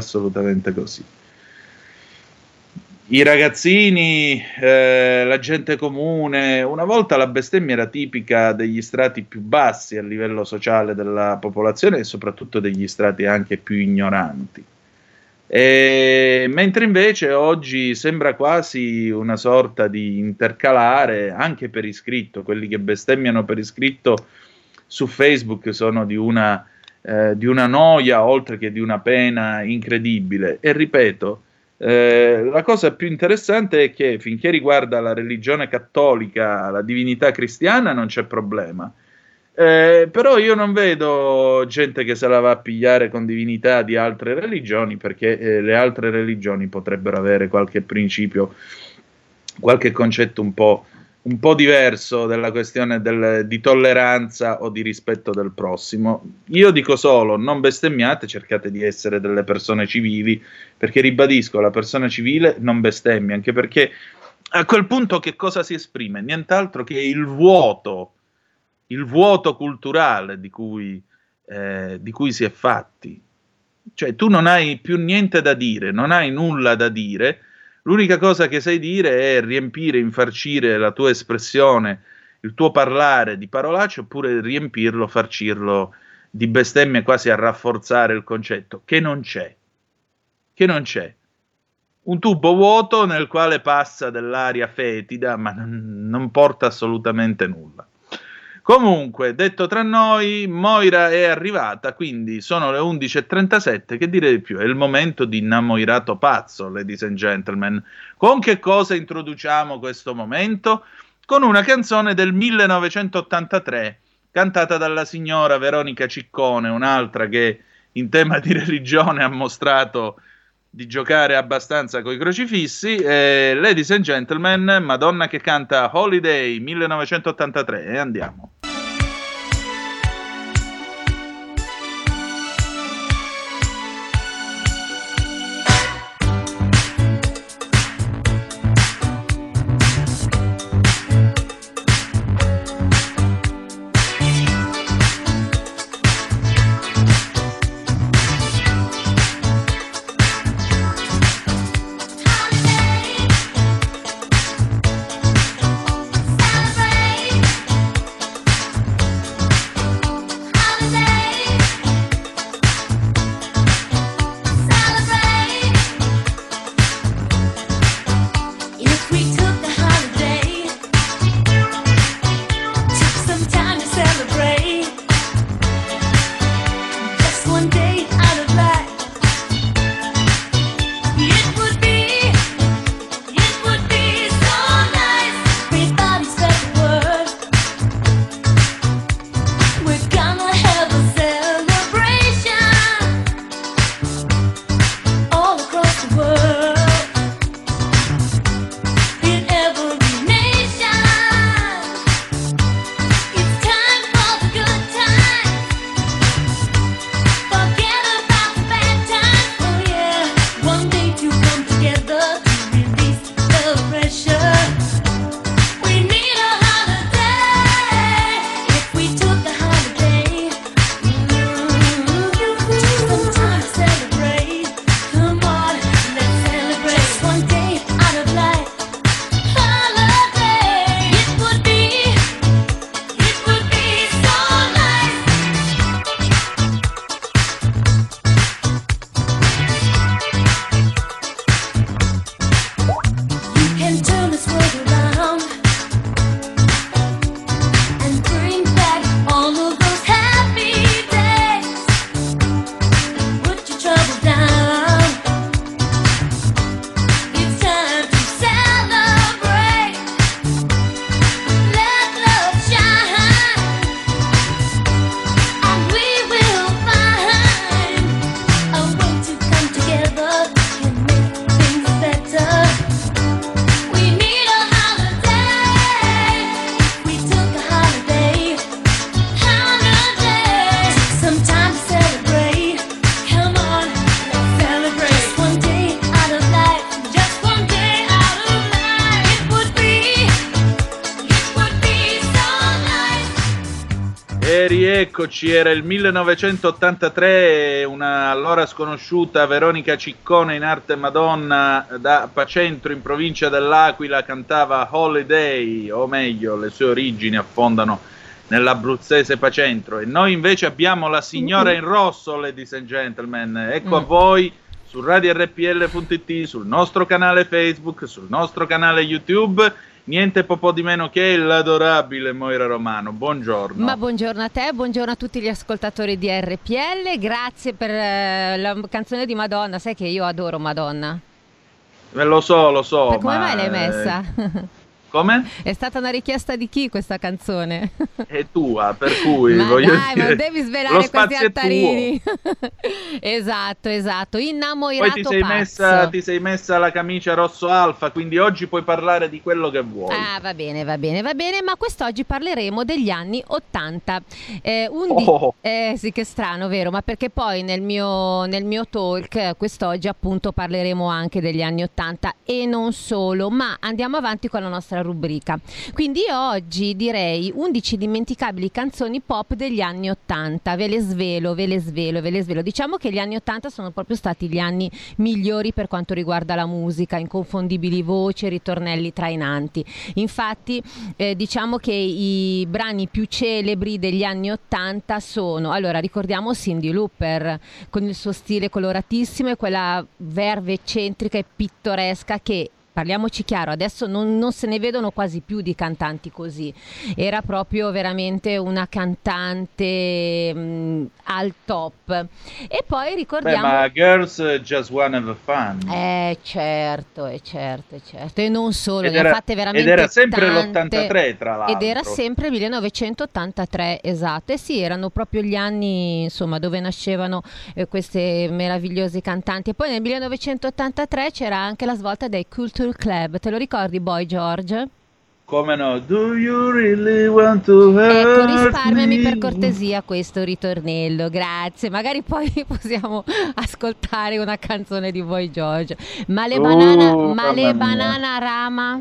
I ragazzini, la gente comune, una volta la bestemmia era tipica degli strati più bassi a livello sociale della popolazione e soprattutto degli strati anche più ignoranti. Mentre invece oggi sembra quasi una sorta di intercalare anche per iscritto. Quelli che bestemmiano per iscritto su Facebook sono di una noia oltre che di una pena incredibile. E ripeto, la cosa più interessante è che finché riguarda la religione cattolica, la divinità cristiana, non c'è problema. Però io non vedo gente che se la va a pigliare con divinità di altre religioni, perché le altre religioni potrebbero avere qualche principio, qualche concetto un po' diverso della questione di tolleranza o di rispetto del prossimo. Io dico solo, non bestemmiate, cercate di essere delle persone civili, perché ribadisco, la persona civile non bestemmia, anche perché a quel punto che cosa si esprime? Nient'altro che il vuoto culturale di cui si è fatti. Cioè tu non hai più niente da dire, non hai nulla da dire, l'unica cosa che sai dire è riempire, infarcire la tua espressione, il tuo parlare di parolacce, oppure riempirlo, farcirlo di bestemmie quasi a rafforzare il concetto, che non c'è. Un tubo vuoto nel quale passa dell'aria fetida, ma non porta assolutamente nulla. Comunque, detto tra noi, Moira è arrivata, quindi sono le 11.37, che dire di più? È il momento di Innamorato Pazzo, ladies and gentlemen. Con che cosa introduciamo questo momento? Con una canzone del 1983, cantata dalla signora Veronica Ciccone, un'altra che in tema di religione ha mostrato di giocare abbastanza coi crocifissi. Ladies and gentlemen, Madonna che canta Holiday 1983, e andiamo. rieccoci, era il 1983, una allora sconosciuta Veronica Ciccone in arte Madonna da Pacentro in provincia dell'Aquila cantava Holiday, o meglio le sue origini affondano nell'abruzzese Pacentro, e noi invece abbiamo la signora in rosso, ladies and gentlemen, ecco a voi su Radio RPL.it, sul nostro canale Facebook, sul nostro canale YouTube. Niente po' di meno che l'adorabile Moira Romano. Buongiorno. Ma buongiorno a te, buongiorno a tutti gli ascoltatori di RPL. Grazie per la canzone di Madonna. Sai che io adoro Madonna. Lo so. Ma come mai l'hai messa? Come? È stata una richiesta di chi questa canzone? È tua, per cui ma voglio dai, dire, ma non devi svelare questi altarini. Esatto, innamorato. Poi pazzo. ti sei messa la camicia rosso alfa, quindi oggi puoi parlare di quello che vuoi. Ah, va bene, ma quest'oggi parleremo degli anni 80. Sì, che strano, vero? Ma perché poi nel mio talk quest'oggi appunto parleremo anche degli anni 80 e non solo, ma andiamo avanti con la nostra rubrica. Quindi io oggi direi 11 dimenticabili canzoni pop degli anni 80. Ve le svelo. Diciamo che gli anni 80 sono proprio stati gli anni migliori per quanto riguarda la musica, inconfondibili voci, ritornelli trainanti. Infatti diciamo che i brani più celebri degli anni 80 sono, allora ricordiamo Cyndi Lauper con il suo stile coloratissimo e quella verve eccentrica e pittoresca che, parliamoci chiaro, adesso non se ne vedono quasi più di cantanti così. Era proprio veramente una cantante al top. E poi ricordiamo... ma Girls Just Wanna Have Fun. Certo. E non solo, ne ha fatte veramente ed era sempre tante. l'83, tra l'altro. Ed era sempre 1983, esatto. E sì, erano proprio gli anni, insomma, dove nascevano queste meravigliosi cantanti. E poi nel 1983 c'era anche la svolta dei Culture Club, te lo ricordi Boy George? Come no? Do you really want to hurt risparmiami me? per cortesia questo ritornello, grazie. Magari poi possiamo ascoltare una canzone di Boy George. Ma le banana rama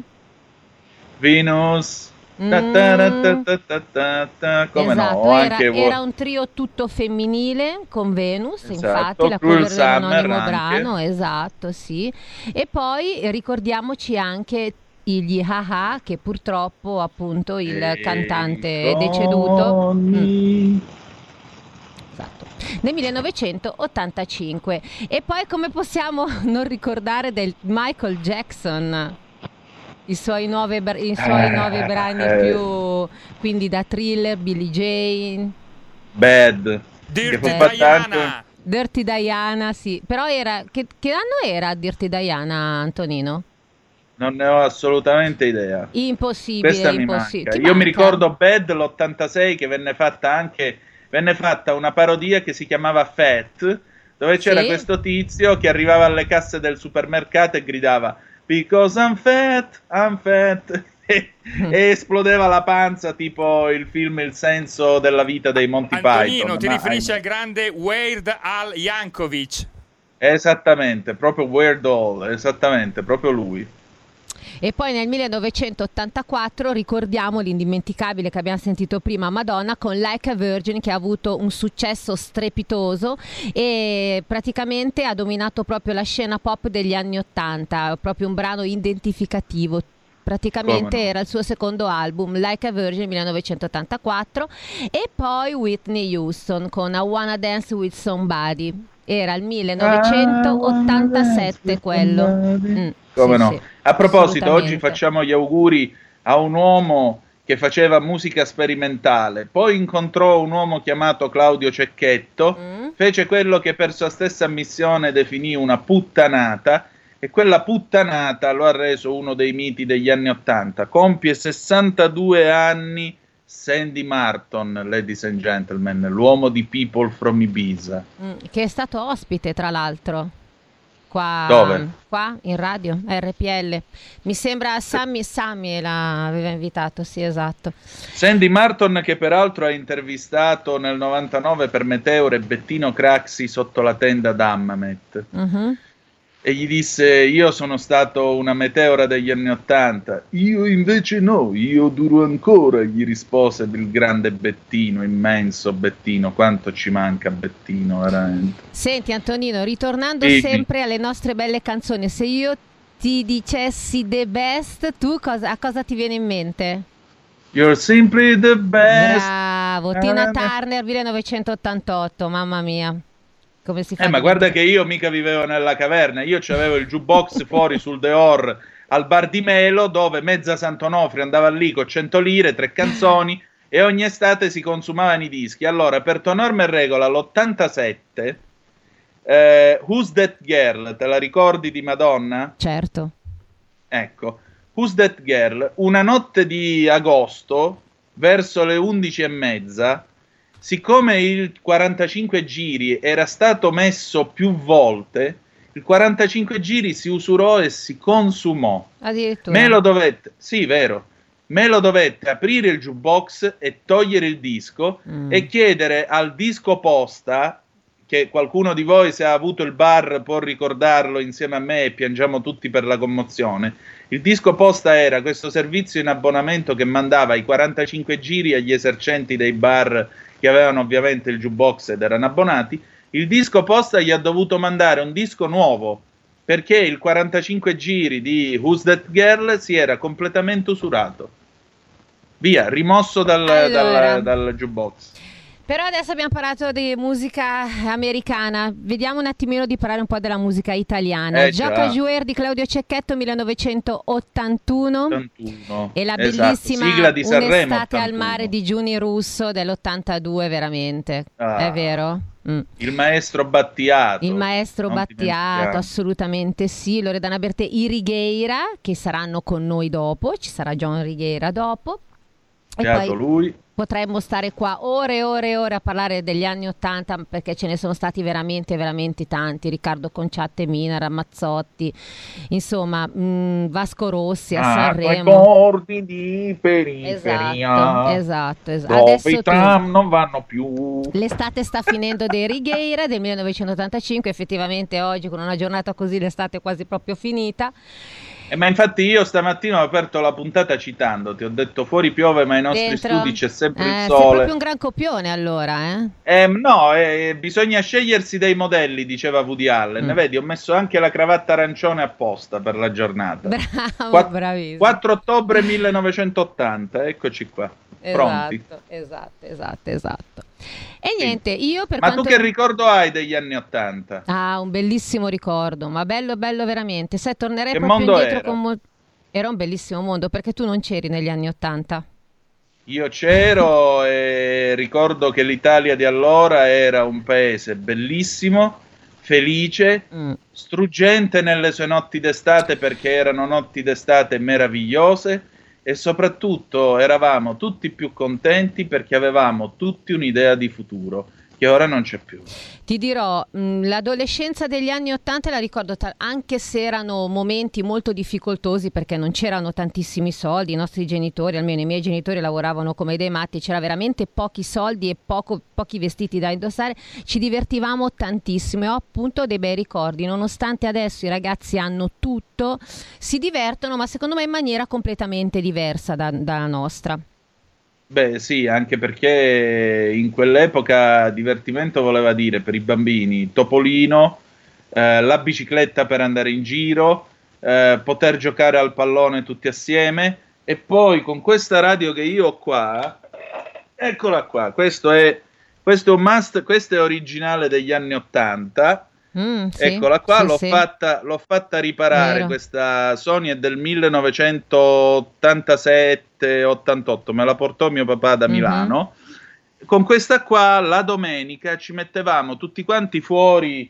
Venus. Come esatto, no? Era un trio tutto femminile con Venus, esatto, infatti la cover Cruel dell'anonimo Summer brano, anche. esatto, sì. E poi ricordiamoci anche gli Ha-Ha, che purtroppo appunto il cantante è deceduto. Esatto. Nel 1985. E poi come possiamo non ricordare del Michael Jackson? I suoi nove brani più, quindi da Thriller, Billie Jean, Bad, Dirty Diana, sì. Però che anno era Dirty Diana, Antonino? Non ne ho assolutamente idea. Impossibile, Questa impossibile. Io mi ricordo Bad l'86 che venne fatta una parodia che si chiamava Fat, dove c'era questo tizio che arrivava alle casse del supermercato e gridava Because I'm fat e esplodeva la panza, tipo il film Il senso della vita dei Monty Antonino, Python. ti riferisci al grande Weird Al Yankovic? Esattamente, proprio Weird Al, esattamente, proprio lui. E poi nel 1984 ricordiamo l'indimenticabile che abbiamo sentito prima, Madonna, con Like a Virgin, che ha avuto un successo strepitoso e praticamente ha dominato proprio la scena pop degli anni 80, proprio un brano identificativo. Praticamente era il suo secondo album, Like a Virgin 1984, e poi Whitney Houston con I Wanna Dance with Somebody. Era il 1987 quello. Come no? Sì, a proposito, oggi assolutamente. facciamo gli auguri a un uomo che faceva musica sperimentale, poi incontrò un uomo chiamato Claudio Cecchetto, fece quello che per sua stessa ammissione definì una puttanata, e quella puttanata lo ha reso uno dei miti degli anni '80. Compie 62 anni Sandy Martin, ladies and gentlemen, l'uomo di People from Ibiza. Che è stato ospite, tra l'altro. Dove? Qua in radio, RPL. Mi sembra Sammy l'aveva invitato, sì, esatto. Sandy Martin, che peraltro ha intervistato nel 99 per Meteor e Bettino Craxi sotto la tenda d'Hammamet. e gli disse: io sono stato una meteora degli anni '80. Io invece no, io duro ancora, gli rispose il grande Bettino, immenso Bettino. Quanto ci manca Bettino, veramente. Senti Antonino, ritornando sempre alle nostre belle canzoni, se io ti dicessi The Best, tu a cosa ti viene in mente? You're simply the best. Bravo, Tina Turner, 1988, mamma mia. Come si fa ma guarda che io mica vivevo nella caverna, io c'avevo il jukebox fuori sul Deor al bar di Melo, dove mezza Sant'Onofrio andava lì con 100 lire, 3 canzoni, e ogni estate si consumavano i dischi. Allora, per tua norma e regola, l'87, Who's That Girl, te la ricordi di Madonna? Certo. Ecco, Who's That Girl, una notte di agosto, verso le 11:30, siccome il 45 giri era stato messo più volte, il 45 giri si usurò e si consumò. Addirittura. Me lo dovette aprire il jukebox e togliere il disco e chiedere al disco posta, che qualcuno di voi, se ha avuto il bar, può ricordarlo insieme a me e piangiamo tutti per la commozione. Il disco posta era questo servizio in abbonamento che mandava i 45 giri agli esercenti dei bar che avevano ovviamente il jukebox ed erano abbonati. Il disco posta gli ha dovuto mandare un disco nuovo perché il 45 giri di Who's That Girl si era completamente usurato. Via, rimosso dal jukebox. Però adesso abbiamo parlato di musica americana, vediamo un attimino di parlare un po' della musica italiana. Gioca Jouer di Claudio Cecchetto, 1981, e la bellissima sigla di Sanremo, Un'estate al mare di Giuni Russo dell'82, veramente, è vero? Il maestro Battiato. Il maestro Battiato, assolutamente sì. Loredana Bertè, i Righeira, che saranno con noi dopo, ci sarà John Righeira dopo. Beato lui. Potremmo stare qua ore e ore e ore a parlare degli anni '80, perché ce ne sono stati veramente, veramente tanti. Riccardo Conciatte, Mina, Ramazzotti, insomma, Vasco Rossi a Sanremo. Ricordi di periferia. Esatto. Dove Adesso i tram non vanno più. L'estate sta finendo dei Righeira del 1985, effettivamente oggi con una giornata così l'estate è quasi proprio finita. Ma infatti io stamattina ho aperto la puntata citandoti, ho detto fuori piove ma ai nostri studi c'è sempre il sole. Sei proprio un gran copione allora, No, bisogna scegliersi dei modelli, diceva Woody Allen. Vedi, ho messo anche la cravatta arancione apposta per la giornata. Bravo, bravissimo. 4 ottobre 1980, eccoci qua, pronti. Esatto. E niente, io per Ma quanto... tu che ricordo hai degli anni '80? Ah, un bellissimo ricordo, ma bello veramente. Se tornerei che proprio mondo indietro era un bellissimo mondo, perché tu non c'eri negli anni '80. Io c'ero e ricordo che l'Italia di allora era un paese bellissimo, felice, struggente nelle sue notti d'estate, perché erano notti d'estate meravigliose, e soprattutto eravamo tutti più contenti perché avevamo tutti un'idea di futuro che ora non c'è più. Ti dirò, l'adolescenza degli anni '80 la ricordo, anche se erano momenti molto difficoltosi perché non c'erano tantissimi soldi. I nostri genitori, almeno i miei genitori, lavoravano come dei matti, c'era veramente pochi soldi e pochi vestiti da indossare. Ci divertivamo tantissimo e ho appunto dei bei ricordi, nonostante adesso i ragazzi hanno tutto, si divertono, ma secondo me in maniera completamente diversa dalla nostra. Beh sì, anche perché in quell'epoca divertimento voleva dire per i bambini Topolino, la bicicletta per andare in giro, poter giocare al pallone tutti assieme, e poi con questa radio che io ho qua, eccola qua, questo è un must, questo è originale degli anni '80. Eccola qua, l'ho fatta riparare. Vero. Questa Sony è del 1987-88, me la portò mio papà da Milano. Con questa qua la domenica ci mettevamo tutti quanti fuori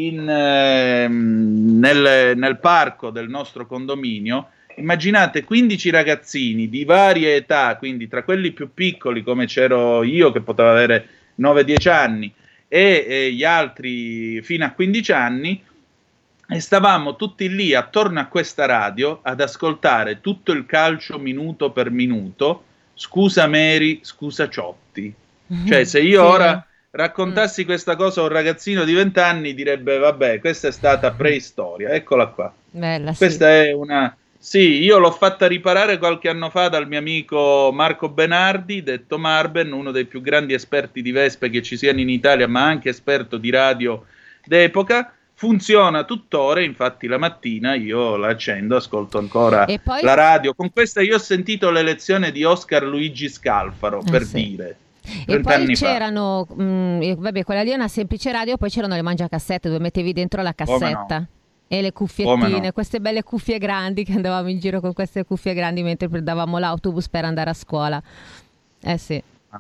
nel parco del nostro condominio. Immaginate 15 ragazzini di varie età, quindi tra quelli più piccoli come c'ero io, che potevo avere 9-10 anni, e gli altri fino a 15 anni, e stavamo tutti lì attorno a questa radio ad ascoltare tutto il calcio minuto per minuto, scusa Mary, scusa Ciotti. Cioè se io ora raccontassi questa cosa a un ragazzino di 20 anni direbbe vabbè, questa è stata preistoria, eccola qua. Bella, Questa è una... Sì, io l'ho fatta riparare qualche anno fa dal mio amico Marco Benardi, detto Marben, uno dei più grandi esperti di vespe che ci siano in Italia, ma anche esperto di radio d'epoca. Funziona tuttora, infatti la mattina io la accendo, ascolto ancora poi... la radio. Con questa io ho sentito le lezioni di Oscar Luigi Scalfaro, per dire. E poi c'erano, vabbè, quella lì è una semplice radio, poi c'erano le mangiacassette dove mettevi dentro la cassetta. No. E le cuffiettine, no. Queste belle cuffie grandi, che andavamo in giro con queste cuffie grandi mentre prendevamo l'autobus per andare a scuola. Sì.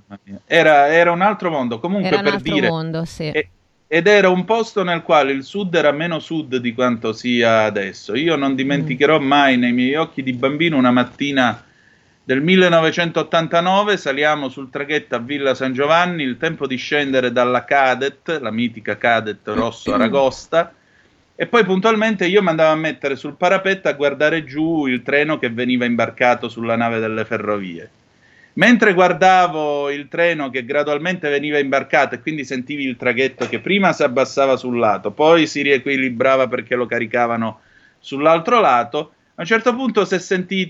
Era un altro mondo, comunque era per un altro dire... mondo, sì. Ed era un posto nel quale il sud era meno sud di quanto sia adesso. Io non dimenticherò mai nei miei occhi di bambino una mattina del 1989, saliamo sul traghetto a Villa San Giovanni, il tempo di scendere dalla Cadet, la mitica Cadet Rosso Aragosta, e poi puntualmente io mi andavo a mettere sul parapetto a guardare giù il treno che veniva imbarcato sulla nave delle ferrovie. Mentre guardavo il treno che gradualmente veniva imbarcato e quindi sentivi il traghetto che prima si abbassava sul lato, poi si riequilibrava perché lo caricavano sull'altro lato, a un certo punto si è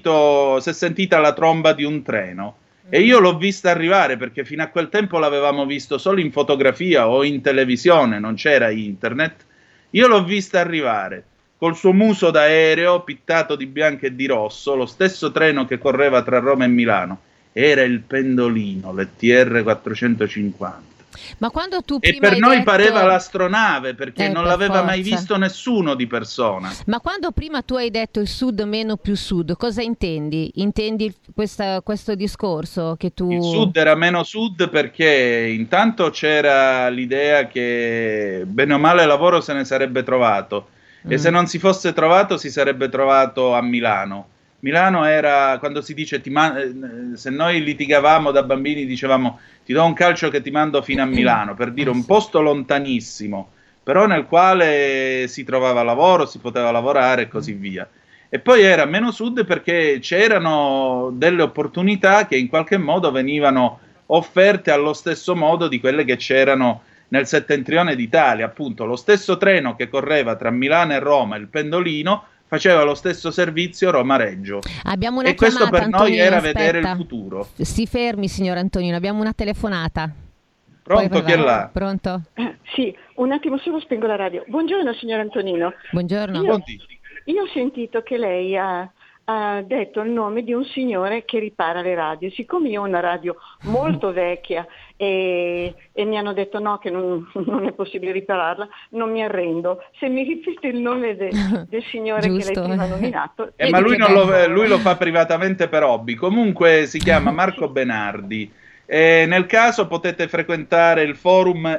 sentita la tromba di un treno e io l'ho vista arrivare perché fino a quel tempo l'avevamo visto solo in fotografia o in televisione, non c'era internet. Io l'ho vista arrivare col suo muso d'aereo pittato di bianco e di rosso, lo stesso treno che correva tra Roma e Milano. Era il Pendolino, l'ETR 450. Ma quando tu e prima per noi detto... pareva l'astronave perché non per l'aveva mai forza. visto nessuno di persona. Ma quando prima tu hai detto il sud meno più sud, cosa intendi? Intendi questo discorso che tu... Il sud era meno sud perché intanto c'era l'idea che bene o male lavoro se ne sarebbe trovato e se non si fosse trovato si sarebbe trovato a Milano. Milano era, quando si dice se noi litigavamo da bambini dicevamo ti do un calcio che ti mando fino a Milano, per dire un posto lontanissimo, però nel quale si trovava lavoro, si poteva lavorare e così via. E poi era meno sud perché c'erano delle opportunità che in qualche modo venivano offerte allo stesso modo di quelle che c'erano nel settentrione d'Italia, appunto lo stesso treno che correva tra Milano e Roma, il Pendolino, faceva lo stesso servizio Roma-Reggio. Abbiamo una e questo chiamata, per noi Antonino, era aspetta. vedere il futuro. Si fermi, signor Antonino, abbiamo una telefonata. Pronto, chi è là? Pronto? Sì, un attimo solo spengo la radio. Buongiorno signor Antonino. Buongiorno. Io ho sentito che lei ha detto il nome di un signore che ripara le radio. Siccome io ho una radio molto vecchia e mi hanno detto no, che non è possibile ripararla, non mi arrendo. Se mi ripete il nome del signore che lei prima ha nominato... ma lui lo fa privatamente per hobby. Comunque si chiama Marco Benardi. Nel caso potete frequentare il forum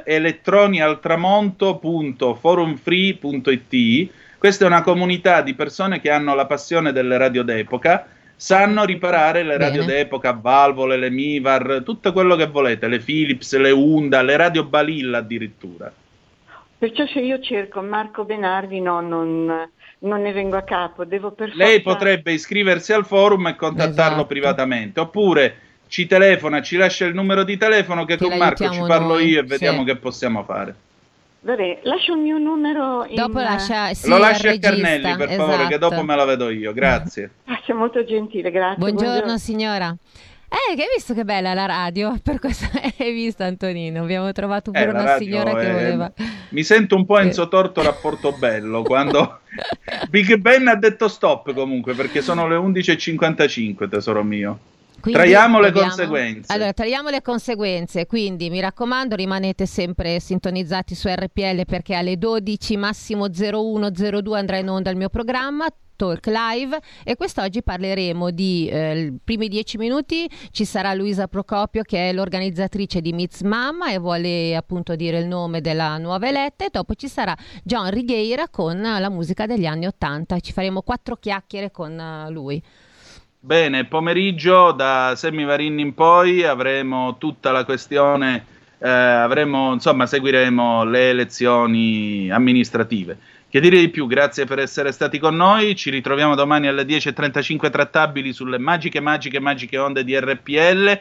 elettronialtramonto.forumfree.it. Questa è una comunità di persone che hanno la passione delle radio d'epoca, sanno riparare le radio d'epoca, valvole, le Mivar, tutto quello che volete, le Philips, le Unda, le radio Balilla addirittura. Perciò se io cerco Marco Benardi non ne vengo a capo, devo per forza... Lei potrebbe iscriversi al forum e contattarlo privatamente, oppure ci telefona, ci lascia il numero di telefono che con Marco ci parlo io e vediamo che possiamo fare. Vabbè, lascio il mio numero dopo lo lascia a Carnelli per favore, che dopo me la vedo io, grazie. Sei molto gentile, grazie. Buongiorno signora. Che hai visto che bella la radio? Per questo hai visto, Antonino? Abbiamo trovato pure una signora che voleva. Mi sento un po' Enzo Torto rapporto bello quando Big Ben ha detto stop comunque perché sono le 11:55, tesoro mio. Quindi traiamo le conseguenze. Allora, traiamo le conseguenze, quindi mi raccomando rimanete sempre sintonizzati su RPL perché alle 12 massimo 01:02 andrà in onda il mio programma Talk Live e quest'oggi parleremo di primi 10 minuti ci sarà Luisa Procopio che è l'organizzatrice di Meets Mamma e vuole appunto dire il nome della nuova eletta e dopo ci sarà John Righeira con la musica degli anni 80 ci faremo 4 chiacchiere con lui. Bene, pomeriggio da Semivarin in poi avremo tutta la questione, seguiremo le elezioni amministrative. Che dire di più, grazie per essere stati con noi, ci ritroviamo domani alle 10:35 trattabili sulle magiche onde di RPL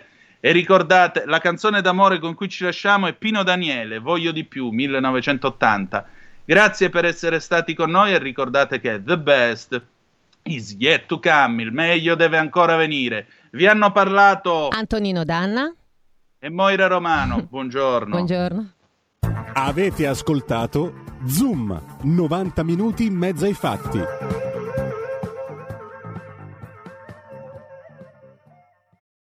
E ricordate, la canzone d'amore con cui ci lasciamo è Pino Daniele, Voglio di più, 1980. Grazie per essere stati con noi e ricordate che the best is yet to come, il meglio deve ancora venire. Vi hanno parlato Antonino Danna e Moira Romano. Buongiorno. Buongiorno. Avete ascoltato Zoom, 90 minuti in mezzo ai fatti.